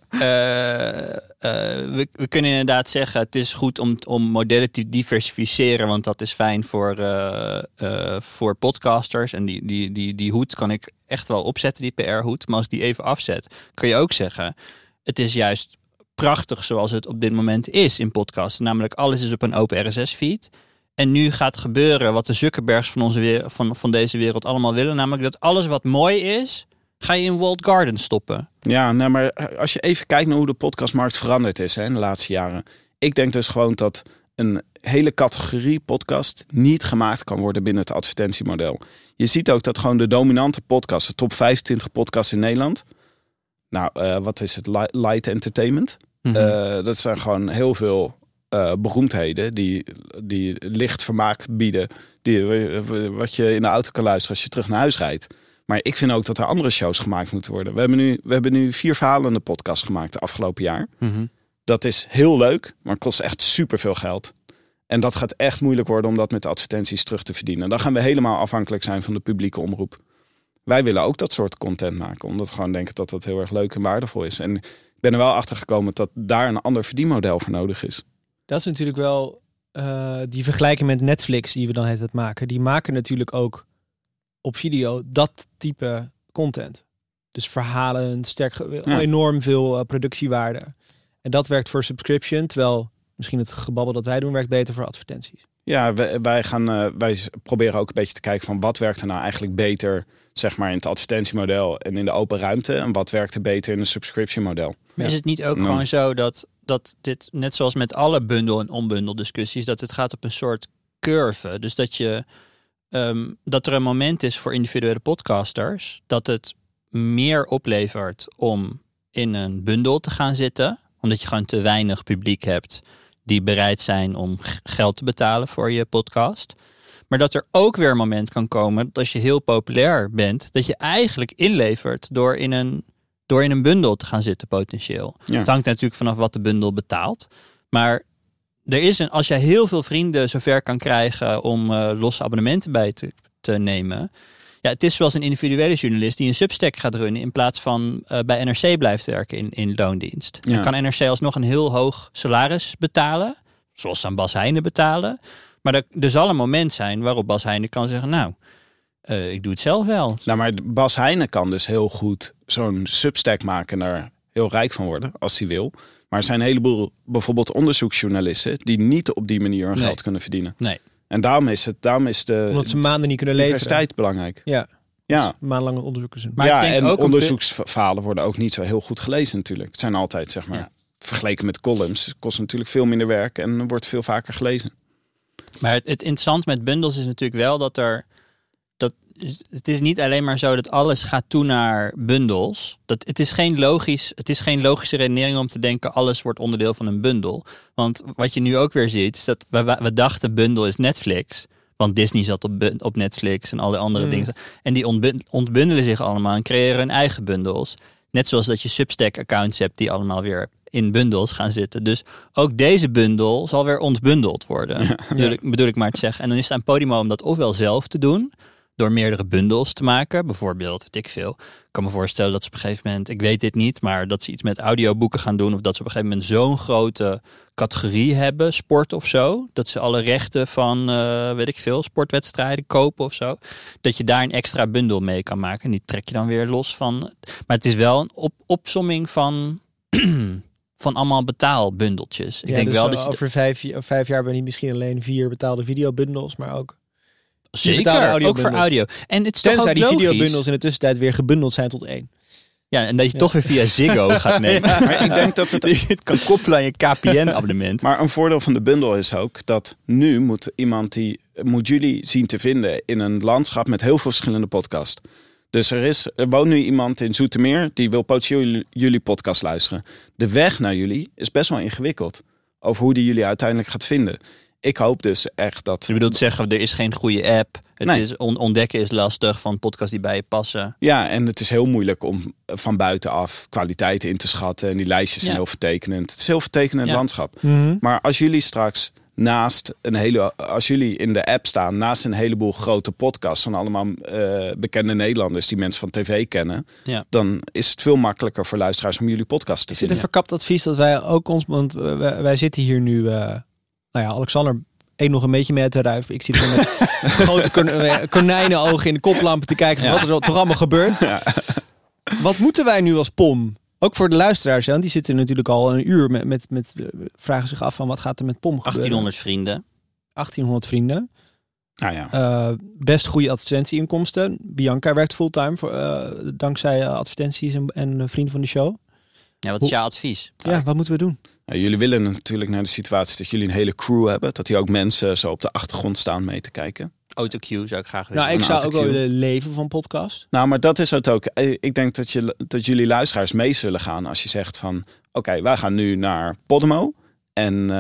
A: we kunnen inderdaad zeggen, het is goed om modellen te diversificeren, want dat is fijn voor podcasters. En die hoed kan ik echt wel opzetten, die PR-hoed. Maar als ik die even afzet, kun je ook zeggen, het is juist prachtig zoals het op dit moment is in podcasts. Namelijk alles is op een open RSS-feed. En nu gaat gebeuren wat de Zuckerbergs van deze wereld allemaal willen. Namelijk dat alles wat mooi is, ga je in walled gardens stoppen.
C: Ja, nou, maar als je even kijkt naar hoe de podcastmarkt veranderd is in de laatste jaren. Ik denk dus gewoon dat een hele categorie podcast niet gemaakt kan worden binnen het advertentiemodel. Je ziet ook dat gewoon de dominante podcasts, de top 25 podcasts in Nederland. Nou, wat is het? Light entertainment. Mm-hmm. Dat zijn gewoon heel veel beroemdheden die licht vermaak bieden. Wat je in de auto kan luisteren als je terug naar huis rijdt. Maar ik vind ook dat er andere shows gemaakt moeten worden. We hebben nu 4 verhalende podcasts gemaakt de afgelopen jaar. Mm-hmm. Dat is heel leuk, maar het kost echt superveel geld. En dat gaat echt moeilijk worden om dat met advertenties terug te verdienen. Dan gaan we helemaal afhankelijk zijn van de publieke omroep. Wij willen ook dat soort content maken. Omdat we gewoon denken dat dat heel erg leuk en waardevol is. En ik ben er wel achter gekomen dat daar een ander verdienmodel voor nodig is.
B: Dat is natuurlijk wel die vergelijking met Netflix die we dan het maken. Die maken natuurlijk ook op video dat type content. Dus verhalen, enorm veel productiewaarde. En dat werkt voor subscription, terwijl misschien het gebabbel dat wij doen werkt beter voor advertenties.
C: Ja, wij proberen ook een beetje te kijken van wat werkt er nou eigenlijk beter, zeg maar in het advertentiemodel en in de open ruimte. En wat werkt er beter in een subscription model.
A: Maar is het niet ook gewoon zo dat dit, net zoals met alle bundel- en onbundel discussies, dat het gaat op een soort curve. Dus dat er een moment is voor individuele podcasters dat het meer oplevert om in een bundel te gaan zitten, omdat je gewoon te weinig publiek hebt die bereid zijn om geld te betalen voor je podcast. Maar dat er ook weer een moment kan komen dat als je heel populair bent, dat je eigenlijk inlevert door in een bundel te gaan zitten potentieel. Ja. Het hangt natuurlijk vanaf wat de bundel betaalt. Maar er is als jij heel veel vrienden zover kan krijgen om losse abonnementen bij te nemen. Ja, het is zoals een individuele journalist die een Substack gaat runnen in plaats van bij NRC blijft werken in loondienst. Ja. Dan kan NRC alsnog een heel hoog salaris betalen, zoals ze aan Bas Heijnen betalen. Maar er zal een moment zijn waarop Bas Heijnen kan zeggen, ik doe het zelf wel.
C: Nou, maar Bas Heijnen kan dus heel goed zo'n Substack maken en er heel rijk van worden, als hij wil. Maar er zijn een heleboel bijvoorbeeld onderzoeksjournalisten die niet op die manier hun geld kunnen verdienen.
A: Nee.
C: En daarom is
B: omdat ze maanden niet kunnen leveren.
C: Diversiteit belangrijk.
B: Ja. Maandenlange onderzoekers.
C: Maar ja, en ook onderzoeksverhalen worden ook niet zo heel goed gelezen natuurlijk. Het zijn altijd, zeg maar, vergeleken met columns, kost natuurlijk veel minder werk en wordt veel vaker gelezen.
A: Maar het interessant met bundels is natuurlijk wel dat het is niet alleen maar zo dat alles gaat toe naar bundels. Het is geen logische redenering om te denken alles wordt onderdeel van een bundel. Want wat je nu ook weer ziet is dat we dachten bundel is Netflix. Want Disney zat op Netflix en alle andere dingen. En die ontbundelen zich allemaal en creëren hun eigen bundels. Net zoals dat je Substack-accounts hebt die allemaal weer in bundels gaan zitten. Dus ook deze bundel zal weer ontbundeld worden. Bedoel ik maar te zeggen. En dan is het aan Podimo om dat ofwel zelf te doen, door meerdere bundels te maken. Bijvoorbeeld, weet ik veel. Ik kan me voorstellen dat ze op een gegeven moment, ik weet dit niet, maar dat ze iets met audioboeken gaan doen. Of dat ze op een gegeven moment zo'n grote categorie hebben, sport of zo. Dat ze alle rechten van, weet ik veel, sportwedstrijden kopen of zo. Dat je daar een extra bundel mee kan maken. En die trek je dan weer los van. Maar het is wel een opsomming van allemaal betaalbundeltjes. Ik denk wel dat je
B: over 5 jaar ben je misschien alleen 4 betaalde videobundels, maar ook
A: zeker, ook voor audio. En het is toch ook
B: die
A: logisch.
B: videobundels in de tussentijd weer gebundeld zijn tot 1.
A: Ja, en dat je toch weer via Ziggo gaat nemen.
C: Ja. Maar ik denk dat
A: het kan koppelen aan je KPN-abonnement.
C: Maar een voordeel van de bundel is ook dat nu moet jullie zien te vinden in een landschap met heel veel verschillende podcasts. Dus er woont nu iemand in Zoetermeer die wil potentieel jullie podcast luisteren. De weg naar jullie is best wel ingewikkeld. over hoe die jullie uiteindelijk gaat vinden. Ik hoop dus echt dat...
A: Je bedoelt zeggen, er is geen goede app. Het
C: Nee.
A: is ontdekken is lastig van podcasts die bij je passen.
C: Ja, en het is heel moeilijk om van buitenaf kwaliteit in te schatten. En die lijstjes zijn heel vertekenend. Het is een heel vertekenend landschap. Maar als jullie straks als jullie in de app staan naast een heleboel grote podcasts van allemaal bekende Nederlanders die mensen van tv kennen, dan is het veel makkelijker voor luisteraars om jullie podcast te
B: Is dit
C: vinden.
B: een verkapt advies dat wij ook want wij zitten hier nu, Alexander eet nog een beetje mee uit de ruif. Ik zit hier met grote konijnenogen in de koplampen te kijken van wat er toch allemaal gebeurt. Ja. Wat moeten wij nu als POM? Ook voor de luisteraars, want die zitten natuurlijk al een uur met vragen zich af van wat gaat er met POM gebeuren.
A: 1800 vrienden.
B: 1800 vrienden.
C: Nou ja.
B: Best goede advertentieinkomsten. Bianca werkt fulltime dankzij advertenties en vrienden van de show.
A: Ja, wat is jouw advies?
B: Ja, wat moeten we doen?
C: Nou, jullie willen natuurlijk naar de situatie dat jullie een hele crew hebben. Dat die ook mensen zo op de achtergrond staan mee te kijken.
A: Autocue zou ik graag willen.
B: Nou, ik zou ook wel willen leven van podcast.
C: Nou, maar dat is het ook. Ik denk dat jullie luisteraars mee zullen gaan als je zegt van... Oké, wij gaan nu naar Podimo. En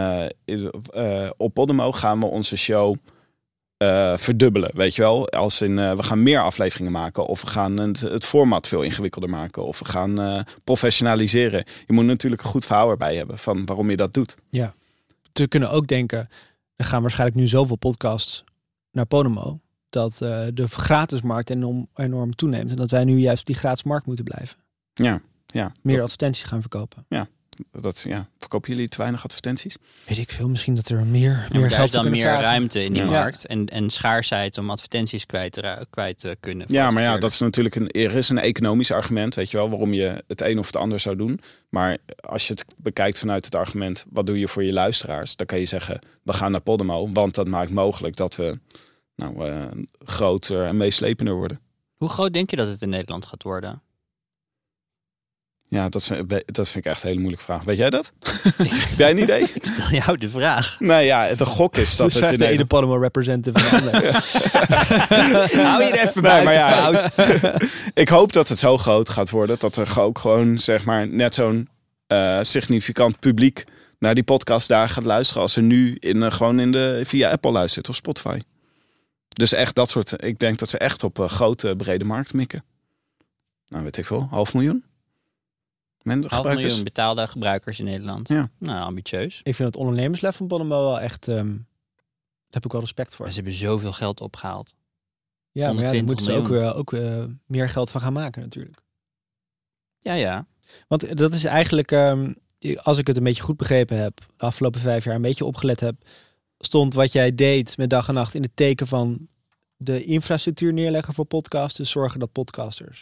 C: op Podimo gaan we onze show verdubbelen. Weet je wel? Als in, we gaan meer afleveringen maken. Of we gaan het format veel ingewikkelder maken. Of we gaan professionaliseren. Je moet natuurlijk een goed verhaal erbij hebben van waarom je dat doet.
B: Ja. We kunnen ook denken... Er gaan waarschijnlijk nu zoveel podcasts naar Podimo, dat de gratismarkt enorm toeneemt. En dat wij nu juist op die gratis markt moeten blijven.
C: Ja.
B: Meer advertenties gaan verkopen.
C: Verkopen jullie te weinig advertenties?
B: Weet ik veel. Misschien dat er meer
A: daar
B: geld
A: is dan meer
B: vragen.
A: ruimte in die markt. En schaarsheid om advertenties kwijt te kunnen.
C: Ja, maar ja, dat is natuurlijk er is een economisch argument, weet je wel, waarom je het een of het ander zou doen. Maar als je het bekijkt vanuit het argument, wat doe je voor je luisteraars? Dan kan je zeggen, we gaan naar Podimo, want dat maakt mogelijk dat we groter en meeslepender worden.
A: Hoe groot denk je dat het in Nederland gaat worden?
C: Ja, dat vind ik echt een hele moeilijke vraag. Weet jij dat? Heb jij een idee?
A: Ik stel jou de vraag.
C: Nou ja, de gok is dat het in
B: de ene Podimo representative van de andere.
A: Hou je er even buiten, fout.
C: Ik hoop dat het zo groot gaat worden dat er ook gewoon zeg maar net zo'n significant publiek naar die podcast daar gaat luisteren als er nu via Apple luistert of Spotify. Dus echt dat soort. Ik denk dat ze echt op grote brede markt mikken. Nou, weet ik veel, 500.000.
A: 500.000 betaalde gebruikers in Nederland.
C: Ja.
A: Nou, ambitieus.
B: Ik vind het ondernemersleven van Podimo wel echt... daar heb ik wel respect voor.
A: Ze hebben zoveel geld opgehaald.
B: Ja, maar daar moeten ze ook meer geld van gaan maken natuurlijk.
A: Ja.
B: Want dat is eigenlijk... als ik het een beetje goed begrepen heb... de afgelopen 5 jaar een beetje opgelet heb... stond wat jij deed met dag en nacht in het teken van... de infrastructuur neerleggen voor podcasts. Dus zorgen dat podcasters...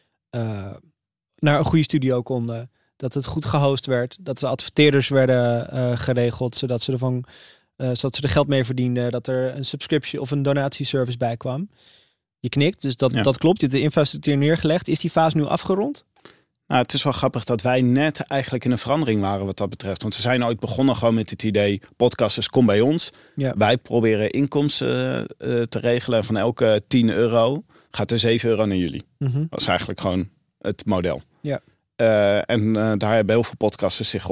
B: naar een goede studio konden. Dat het goed gehost werd. Dat de adverteerders werden geregeld. Zodat ze er geld mee verdienden. Dat er een subscription of een donatieservice bij kwam. Je knikt, dus dat klopt. Je hebt de infrastructuur neergelegd. Is die fase nu afgerond?
C: Nou, het is wel grappig dat wij net eigenlijk in een verandering waren wat dat betreft. Want we zijn ooit begonnen gewoon met het idee... podcasters, kom bij ons. Ja. Wij proberen inkomsten te regelen. En van elke €10 gaat er €7 naar jullie.
B: Mm-hmm.
C: Dat is eigenlijk gewoon het model.
B: Ja.
C: Daar hebben heel veel podcasters zich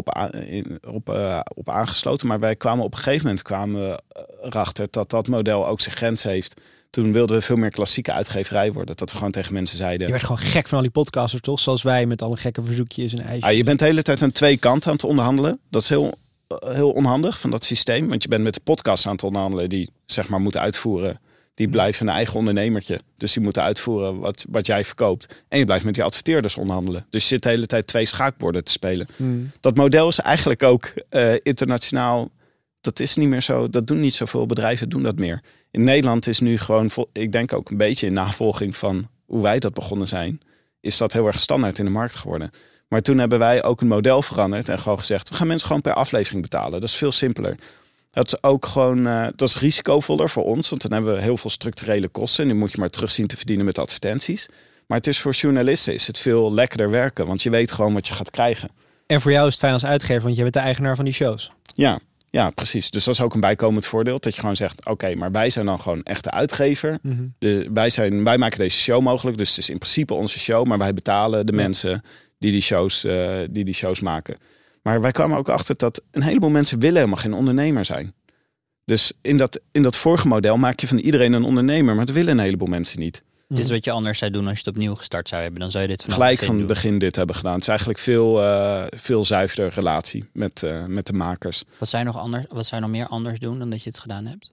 C: op aangesloten. Maar wij kwamen op een gegeven moment erachter dat model ook zijn grens heeft. Toen wilden we veel meer klassieke uitgeverij worden. Dat we gewoon tegen mensen zeiden...
B: Je werd gewoon gek van al die podcasters, toch? Zoals wij met alle gekke verzoekjes en ijsjes.
C: Je bent de hele tijd aan 2 kanten aan het onderhandelen. Dat is heel onhandig van dat systeem. Want je bent met de podcast aan het onderhandelen die zeg maar moeten uitvoeren. Die blijven een eigen ondernemertje. Dus die moeten uitvoeren wat jij verkoopt. En je blijft met die adverteerders onderhandelen. Dus je zit de hele tijd 2 schaakborden te spelen. Dat model is eigenlijk ook internationaal... Dat is niet meer zo. Dat doen niet zoveel bedrijven, doen dat meer. In Nederland is nu gewoon, ik denk ook een beetje in navolging van hoe wij dat begonnen zijn, is dat heel erg standaard in de markt geworden. Maar toen hebben wij ook een model veranderd en gewoon gezegd, we gaan mensen gewoon per aflevering betalen. Dat is veel simpeler. Dat is ook gewoon, dat is risicovoller voor ons, want dan hebben we heel veel structurele kosten en die moet je maar terug zien te verdienen met advertenties. Maar het is voor journalisten is het veel lekkerder werken, want je weet gewoon wat je gaat krijgen.
B: En voor jou is het fijn als uitgever, want je bent de eigenaar van die shows.
C: Ja, precies. Dus dat is ook een bijkomend voordeel. Dat je gewoon zegt, oké, maar wij zijn dan gewoon echt de uitgever. Mm-hmm. Wij maken deze show mogelijk. Dus het is in principe onze show. Maar wij betalen de mensen die die shows maken. Maar wij kwamen ook achter dat een heleboel mensen willen helemaal geen ondernemer zijn. Dus in dat vorige model maak je van iedereen een ondernemer. Maar dat willen een heleboel mensen niet.
A: Dit is wat je anders zou doen als je het opnieuw gestart zou hebben. Dan zou je dit vanaf
C: Gelijk
A: het
C: van
A: begin
C: het begin dit hebben gedaan. Het is eigenlijk veel zuivere relatie met de makers.
A: Wat zou je nog meer anders doen dan dat je het gedaan hebt?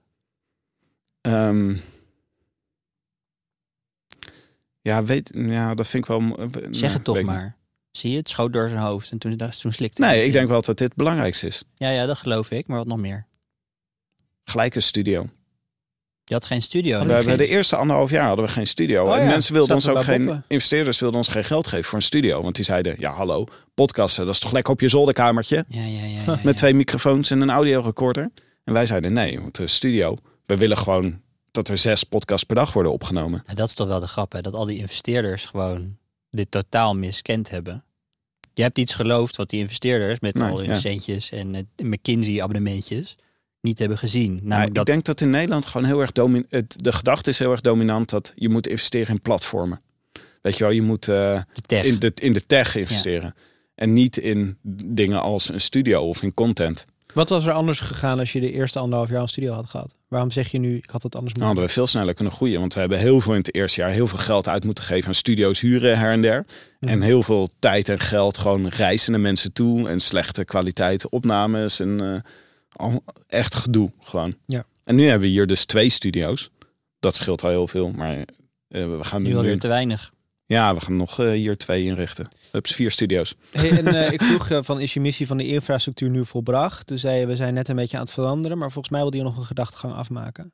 C: Dat vind ik wel...
A: Zeg het toch maar. Zie je, het schoot door zijn hoofd en toen slikte hij.
C: Nee, ik denk wel dat dit het belangrijkste is.
A: Ja, dat geloof ik. Maar wat nog meer?
C: Gelijk een studio.
A: Je had geen studio.
C: We hebben de eerste 1,5 jaar hadden we geen studio. En mensen wilden ons ook investeerders wilden ons geen geld geven voor een studio. Want die zeiden, ja hallo, podcasten, dat is toch lekker op je zolderkamertje?
A: Ja.
C: Met 2 microfoons en een audiorecorder. En wij zeiden, nee, we moeten een studio. We willen gewoon dat er 6 podcasts per dag worden opgenomen.
A: Ja, dat is toch wel de grap, hè? Dat al die investeerders gewoon dit totaal miskend hebben. Je hebt iets geloofd wat die investeerders met al hun centjes en McKinsey-abonnementjes niet hebben gezien.
C: Ik denk dat in Nederland gewoon heel erg de gedachte is heel erg dominant dat je moet investeren in platformen. Weet je wel, je moet in de tech investeren. Ja. En niet in dingen als een studio of in content.
B: Wat was er anders gegaan als je de eerste 1,5 jaar een studio had gehad? Waarom zeg je nu, ik had het anders moeten
C: hadden we veel sneller kunnen groeien. Want we hebben heel veel in het eerste jaar heel veel geld uit moeten geven aan studio's huren her en der. En heel veel tijd en geld gewoon reizen naar mensen toe. En slechte kwaliteit opnames en echt gedoe gewoon. Ja. En nu hebben we hier dus 2 studio's. Dat scheelt al heel veel. Maar we gaan
A: nu alweer te weinig.
C: Ja, we gaan nog hier 2 inrichten. We hebben 4 studio's.
B: Hey, ik vroeg is je missie van de infrastructuur nu volbracht? Toen zei je, we zijn net een beetje aan het veranderen. Maar volgens mij wilde je nog een gedachtegang afmaken.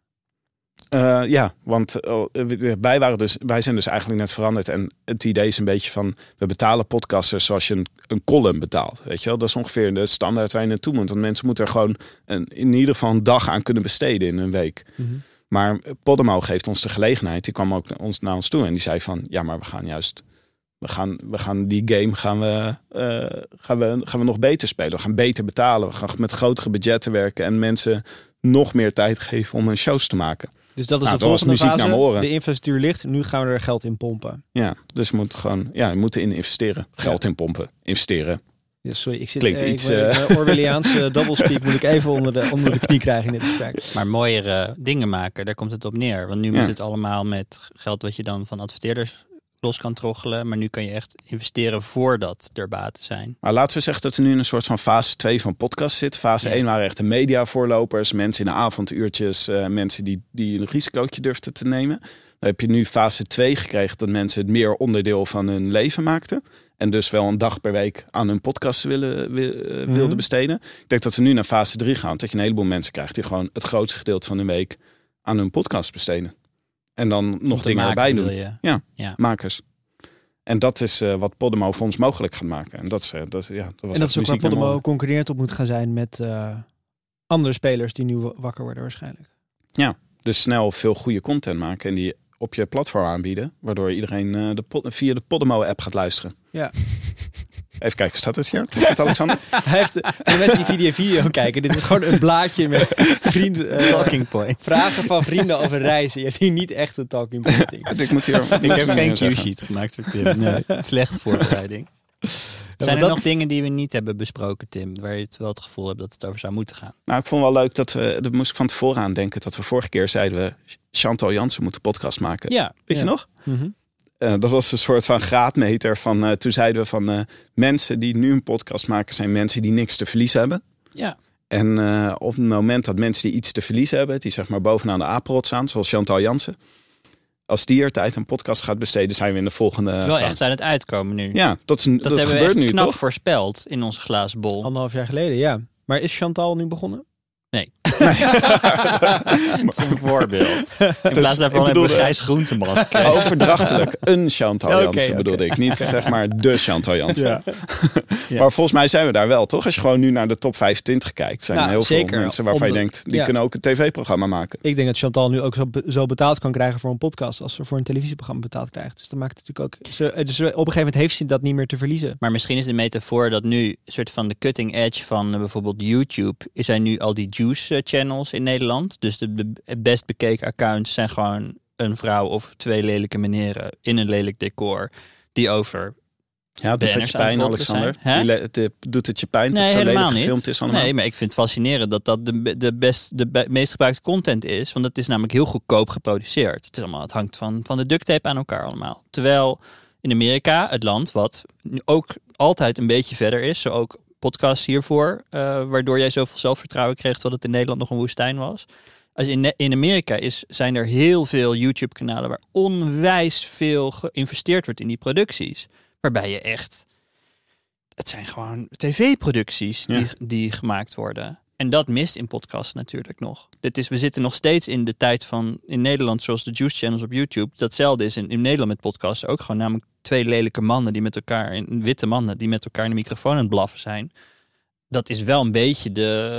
C: Want wij zijn dus eigenlijk net veranderd. En het idee is een beetje van, we betalen podcasters zoals je een column betaalt. Weet je wel? Dat is ongeveer de standaard waar je naartoe moet. Want mensen moeten er gewoon in ieder geval een dag aan kunnen besteden in een week. Mm-hmm. Maar Podimo geeft ons de gelegenheid. Die kwam ook naar ons toe en die zei van, ja, maar we gaan die game gaan we nog beter spelen. We gaan beter betalen. We gaan met grotere budgetten werken en mensen nog meer tijd geven om hun shows te maken.
B: Dus dat is de volgende fase. De infrastructuur ligt. Nu gaan we er geld in pompen.
C: Ja, dus we moeten in investeren. Geld in pompen. Investeren.
B: Ja, sorry, ik zit iets Orwelliaanse doublespeak moet ik even onder de knie krijgen in dit gesprek.
A: Maar mooiere dingen maken, daar komt het op neer. Want nu moet het allemaal met geld wat je dan van adverteerders los kan troggelen. Maar nu kan je echt investeren voordat er baten zijn.
C: Maar laten we zeggen dat we nu in een soort van fase 2 van podcast zitten. Fase 1 waren echt de mediavoorlopers. Mensen in de avonduurtjes. Mensen die een risicootje durfden te nemen. Dan heb je nu fase 2 gekregen dat mensen het meer onderdeel van hun leven maakten. En dus wel een dag per week aan hun podcast wilden besteden. Ik denk dat we nu naar fase 3 gaan. Dat je een heleboel mensen krijgt die gewoon het grootste gedeelte van hun week aan hun podcast besteden. En dan nog dingen erbij doen. Ja, makers. En dat is wat Podimo voor ons mogelijk gaat maken. En dat is
B: ook waar Podimo concurrerend op moet gaan zijn met andere spelers die nu wakker worden waarschijnlijk.
C: Ja, dus snel veel goede content maken en die op je platform aanbieden. Waardoor iedereen via de Podimo-app gaat luisteren.
B: Ja.
C: Even kijken, staat het hier? Het Alexander?
B: Hij heeft, voor de mensen die video kijken, dit is gewoon een blaadje met vrienden,
A: talking points.
B: Vragen van vrienden over reizen. Je hebt hier niet echt een talking point.
A: Ik heb geen cue-sheet gemaakt voor Tim. Nee, slechte voorbereiding. Zijn er nog dingen die we niet hebben besproken, Tim? Waar je het wel het gevoel hebt dat het over zou moeten gaan?
C: Nou, ik vond wel leuk dat moest ik van tevoren aan denken, dat we vorige keer zeiden we, Chantal Jansen moet een podcast maken.
A: Ja.
C: Weet je nog? Mm-hmm. Dat was een soort van graadmeter van, toen zeiden we van mensen die nu een podcast maken zijn mensen die niks te verliezen hebben.
A: Ja.
C: En op het moment dat mensen die iets te verliezen hebben, die zeg maar bovenaan de apenrots staan, zoals Chantal Jansen, als die er tijd aan podcast gaat besteden, zijn we in de volgende
A: Het is wel echt aan het uitkomen nu.
C: Ja, dat
A: hebben we
C: gebeurt
A: echt
C: nu
A: knap
C: toch?
A: Voorspeld in onze glazen bol.
B: 1,5 jaar geleden, ja. Maar is Chantal nu begonnen?
A: Nee. Het is een voorbeeld. In plaats daarvan hebben we Gijs Groenteman gekregen.
C: Overdrachtelijk. Een Chantal Jansen bedoelde ik. Niet zeg maar de Chantal Jansen. Ja. Maar volgens mij zijn we daar wel, toch? Als je gewoon nu naar de top 25 kijkt. Zijn er heel veel mensen waarvan je denkt, die kunnen ook een tv-programma maken.
B: Ik denk dat Chantal nu ook zo betaald kan krijgen voor een podcast als ze voor een televisieprogramma betaald krijgt. Dus dan maakt het natuurlijk ook. Dus op een gegeven moment heeft ze dat niet meer te verliezen.
A: Maar misschien is de metafoor dat nu een soort van de cutting edge van bijvoorbeeld YouTube. Zijn nu al die juice channels in Nederland. Dus de best bekeken accounts zijn gewoon een vrouw of 2 lelijke meneren in een lelijk decor die over
C: Ja, doet het je pijn, Alexander? Doet het je pijn dat zo lelijk gefilmd is allemaal?
A: Nee, maar ik vind het fascinerend dat dat de meest gebruikte content is. Want het is namelijk heel goedkoop geproduceerd. Het hangt van de duct tape aan elkaar allemaal. Terwijl in Amerika, het land wat ook altijd een beetje verder is, zo ook podcasts hiervoor, waardoor jij zoveel zelfvertrouwen kreeg, terwijl het in Nederland nog een woestijn was. Als in Amerika zijn er heel veel YouTube-kanalen waar onwijs veel geïnvesteerd wordt in die producties. Waarbij je echt... Het zijn gewoon tv-producties die gemaakt worden. En dat mist in podcasts natuurlijk nog. We zitten nog steeds in de tijd van in Nederland, zoals de Juice Channels op YouTube. Datzelfde is in Nederland met podcasts ook gewoon. Namelijk 2 lelijke mannen die met elkaar, witte mannen die met elkaar in de microfoon aan het blaffen zijn. Dat is wel een beetje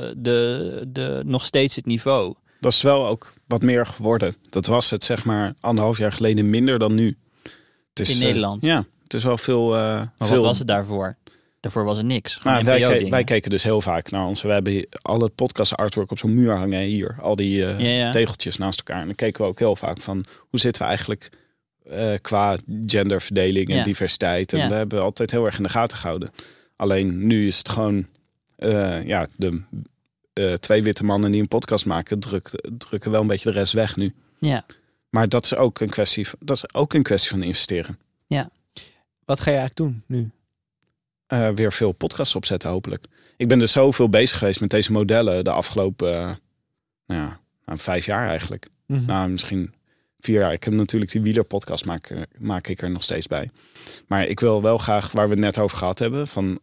A: nog steeds het niveau.
C: Dat is wel ook wat meer geworden. Dat was het zeg maar 1,5 jaar geleden minder dan nu. Het is,
A: in Nederland?
C: Ja, het is wel veel...
A: maar wat was het daarvoor? Daarvoor was het niks.
C: Nou, wij keken dus heel vaak naar ons. We hebben alle podcast artwork op zo'n muur hangen hier. Al die tegeltjes naast elkaar. En dan keken we ook heel vaak van hoe zitten we eigenlijk qua genderverdeling en diversiteit. En we hebben altijd heel erg in de gaten gehouden. Alleen nu is het gewoon de 2 witte mannen die een podcast maken drukken wel een beetje de rest weg nu.
A: Ja.
C: Maar dat is ook een kwestie van investeren.
A: Ja.
B: Wat ga je eigenlijk doen nu?
C: Weer veel podcasts opzetten hopelijk. Ik ben dus zoveel bezig geweest met deze modellen de afgelopen 5 jaar eigenlijk.
B: Mm-hmm.
C: Nou, misschien 4 jaar. Ik heb natuurlijk die wielerpodcast maak ik er nog steeds bij. Maar ik wil wel graag, waar we het net over gehad hebben, van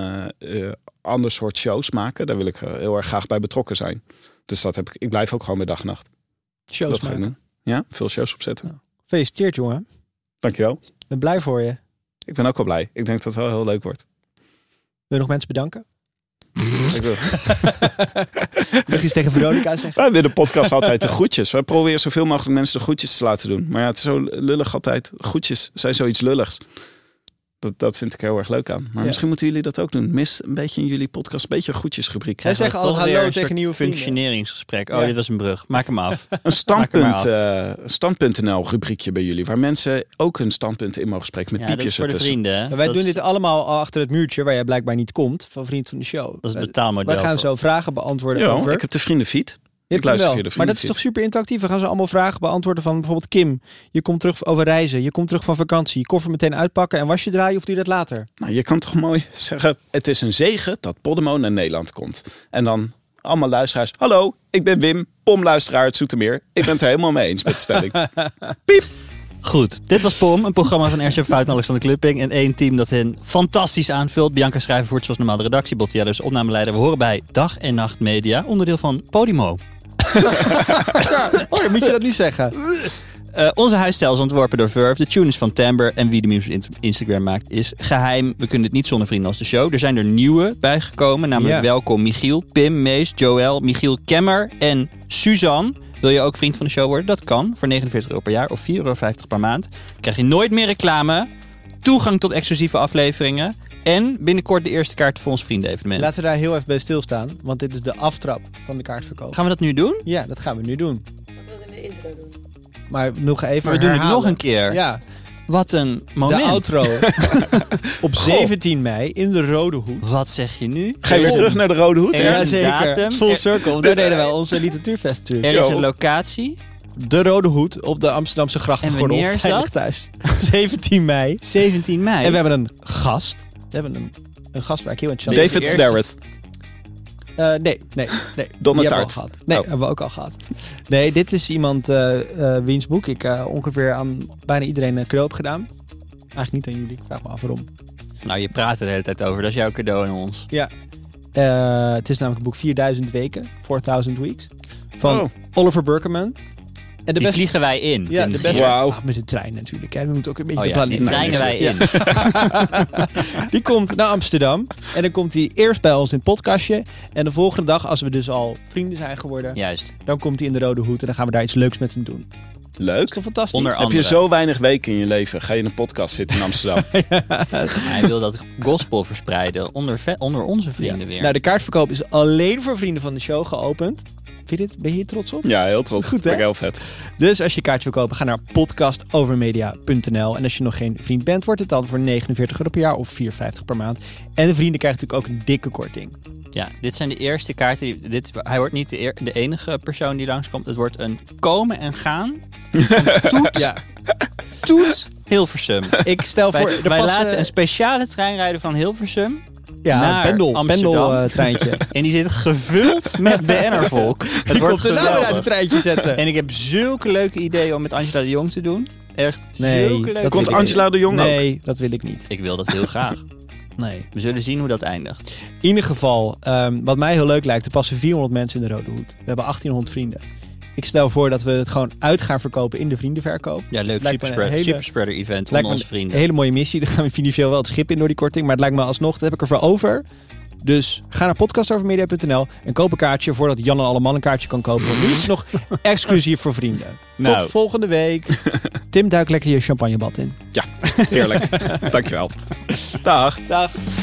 C: ander soort shows maken. Daar wil ik heel erg graag bij betrokken zijn. Dus ik blijf ook gewoon bij dag en nacht.
B: Shows maken?
C: Ja, veel shows opzetten.
B: Ja. Gefeliciteerd, jongen.
C: Dankjewel.
B: Ik ben blij voor je.
C: Ik ben ook wel blij. Ik denk dat het wel heel leuk wordt.
B: Wil je nog mensen bedanken?
C: Ik wil.
B: Wil je iets tegen Veronica zeggen?
C: Wij willen de podcast altijd de groetjes. Wij proberen zoveel mogelijk mensen de groetjes te laten doen. Maar ja, het is zo lullig altijd. Groetjes zijn zoiets lulligs. Dat vind ik heel erg leuk aan. Maar misschien moeten jullie dat ook doen. Mis een beetje in jullie podcast, een beetje een groetjesrubriek.
B: Zij zeggen al hallo tegen nieuwe
A: functioneringsgesprek. Oh, dit was een brug. Maak hem af.
C: Een standpunt.nl rubriekje bij jullie. Waar mensen ook hun standpunten in mogen spreken met piepjes
A: ertussen. Dat is voor de vrienden.
B: Wij doen dit allemaal al achter het muurtje waar jij blijkbaar niet komt. Van Vriend van de Show.
A: Dat is het betaalmodel.
B: Wij gaan zo vragen beantwoorden over.
C: Ik heb de vriendenfeed.
B: Maar dat is toch super interactief. We gaan zo allemaal vragen beantwoorden van bijvoorbeeld Kim. Je komt terug over reizen. Je komt terug van vakantie. Koffer meteen uitpakken en wasje draaien of doe je dat later?
C: Nou, je kan toch mooi zeggen, het is een zegen dat Podimo naar Nederland komt. En dan allemaal luisteraars. Hallo, ik ben Wim, POM-luisteraar uit Zoetermeer. Ik ben het er helemaal mee eens met de stelling. Piep!
A: Goed, dit was POM, een programma van RCF Fout en Alexander Klupping. En 1 team dat hen fantastisch aanvult. Bianca Schrijvervoort zoals normaal de redactie. Botte dus opnameleider. We horen bij Dag en Nacht Media, onderdeel van Podimo.
B: Moet je dat nu zeggen?
A: Onze huisstijl is ontworpen door Verve. De tune is van Timbre. En wie de memes op Instagram maakt is geheim. We kunnen het niet zonder vrienden als de show. Er zijn er nieuwe bijgekomen. Namelijk welkom Michiel, Pim, Mees, Joël, Michiel Kemmer en Suzanne. Wil je ook vriend van de show worden? Dat kan. Voor €49 per jaar of €4,50 per maand. Dan krijg je nooit meer reclame. Toegang tot exclusieve afleveringen. En binnenkort de eerste kaart voor ons vrienden-evenement.
B: Laten we daar heel even bij stilstaan. Want dit is de aftrap van de kaartverkoop.
A: Gaan we dat nu doen?
B: Ja, dat gaan we nu doen.
D: Dat we dat in de intro doen.
B: Maar nog even
A: Maar we doen het nog een keer.
B: Ja.
A: Wat een moment.
B: De outro. Op 17 mei in de Rode Hoed.
A: Wat zeg je nu?
C: Ga je weer terug naar de Rode Hoed?
A: Er is een
B: zeker.
A: datum.
B: Full circle. Daar deden wij onze literatuurfest natuurlijk.
A: Er is een locatie.
B: De Rode Hoed op de Amsterdamse grachtengordel.
A: En wanneer is dat?
B: Thuis. 17 mei.
A: 17 mei.
B: En we hebben een gast. We hebben een gast waar ik heel enthousiast
C: David Sedaris.
B: Nee.
C: Donald
B: Die hebben we al
C: Tart.
B: gehad. Nee, hebben we ook al gehad. Nee, dit is iemand wiens boek ik ongeveer aan bijna iedereen een cadeau heb gedaan. Eigenlijk niet aan jullie, ik vraag me af waarom.
A: Nou, je praat er de hele tijd over. Dat is jouw cadeau aan ons.
B: Ja. Het is namelijk het boek 4000 weken, 4000 Weeks, van Oliver Burkeman. En
A: die vliegen wij in.
B: Ja, de beste.
C: Wow.
B: Met zijn trein natuurlijk. Hè. We moeten ook een beetje
A: de planeet. Die treinen wij in.
B: Die komt naar Amsterdam. En dan komt hij eerst bij ons in het podcastje. En de volgende dag, als we dus al vrienden zijn geworden,
A: juist,
B: dan komt hij in de Rode Hoed. En dan gaan we daar iets leuks met hem doen.
C: Leuk.
B: Dat is toch fantastisch?
A: Onder andere.
C: Heb je zo weinig weken in je leven? Ga je in een podcast zitten in Amsterdam?
A: Hij wil dat gospel verspreiden onder onze vrienden weer.
B: Nou, de kaartverkoop is alleen voor vrienden van de show geopend. Ben je hier trots op?
C: Ja, heel trots.
B: Goed, hè?
C: Vind ik heel vet.
B: Dus als je kaartje wil kopen, ga naar podcastovermedia.nl. En als je nog geen vriend bent, wordt het dan voor €49 per jaar of €4,50 per maand. En de vrienden krijgen natuurlijk ook een dikke korting.
A: Ja, dit zijn de eerste kaarten. Hij wordt niet de enige persoon die langskomt. Het wordt een komen en gaan. Toet Hilversum.
B: Ik stel voor...
A: Wij laten een speciale trein rijden van Hilversum naar
B: Amsterdam. Pendeltreintje.
A: En die zit gevuld met BN'er-volk. Het wordt
B: komt er nou weer uit het
A: geweldig.
B: treintje zetten.
A: En ik heb zulke leuke ideeën om met Angela de Jong te doen. Echt
B: Nee,
A: zulke leuke
B: dat
C: Komt
B: wil ik
C: Angela de Jong ook?
B: Nee, dat wil ik niet.
A: Ik wil dat heel graag.
B: Nee.
A: We zullen zien hoe dat eindigt.
B: In ieder geval, wat mij heel leuk lijkt, er passen 400 mensen in de Rode Hoed. We hebben 1800 vrienden. Ik stel voor dat we het gewoon uit gaan verkopen in de vriendenverkoop.
A: Ja, leuk.
B: Lijkt me een
A: Superspreader event
B: lijkt
A: onder
B: me
A: onze vrienden.
B: Een hele mooie missie. Dan gaan we financieel wel het schip in door die korting. Maar het lijkt me alsnog, dat heb ik ervoor over. Dus ga naar podcastovermedia.nl en koop een kaartje voordat Jan en Alleman een kaartje kan kopen. Want nu is het nog exclusief voor vrienden.
A: Nou.
B: Tot volgende week. Tim, duik lekker je champagnebad in.
C: Ja, heerlijk. Dankjewel. Dag.
B: Dag.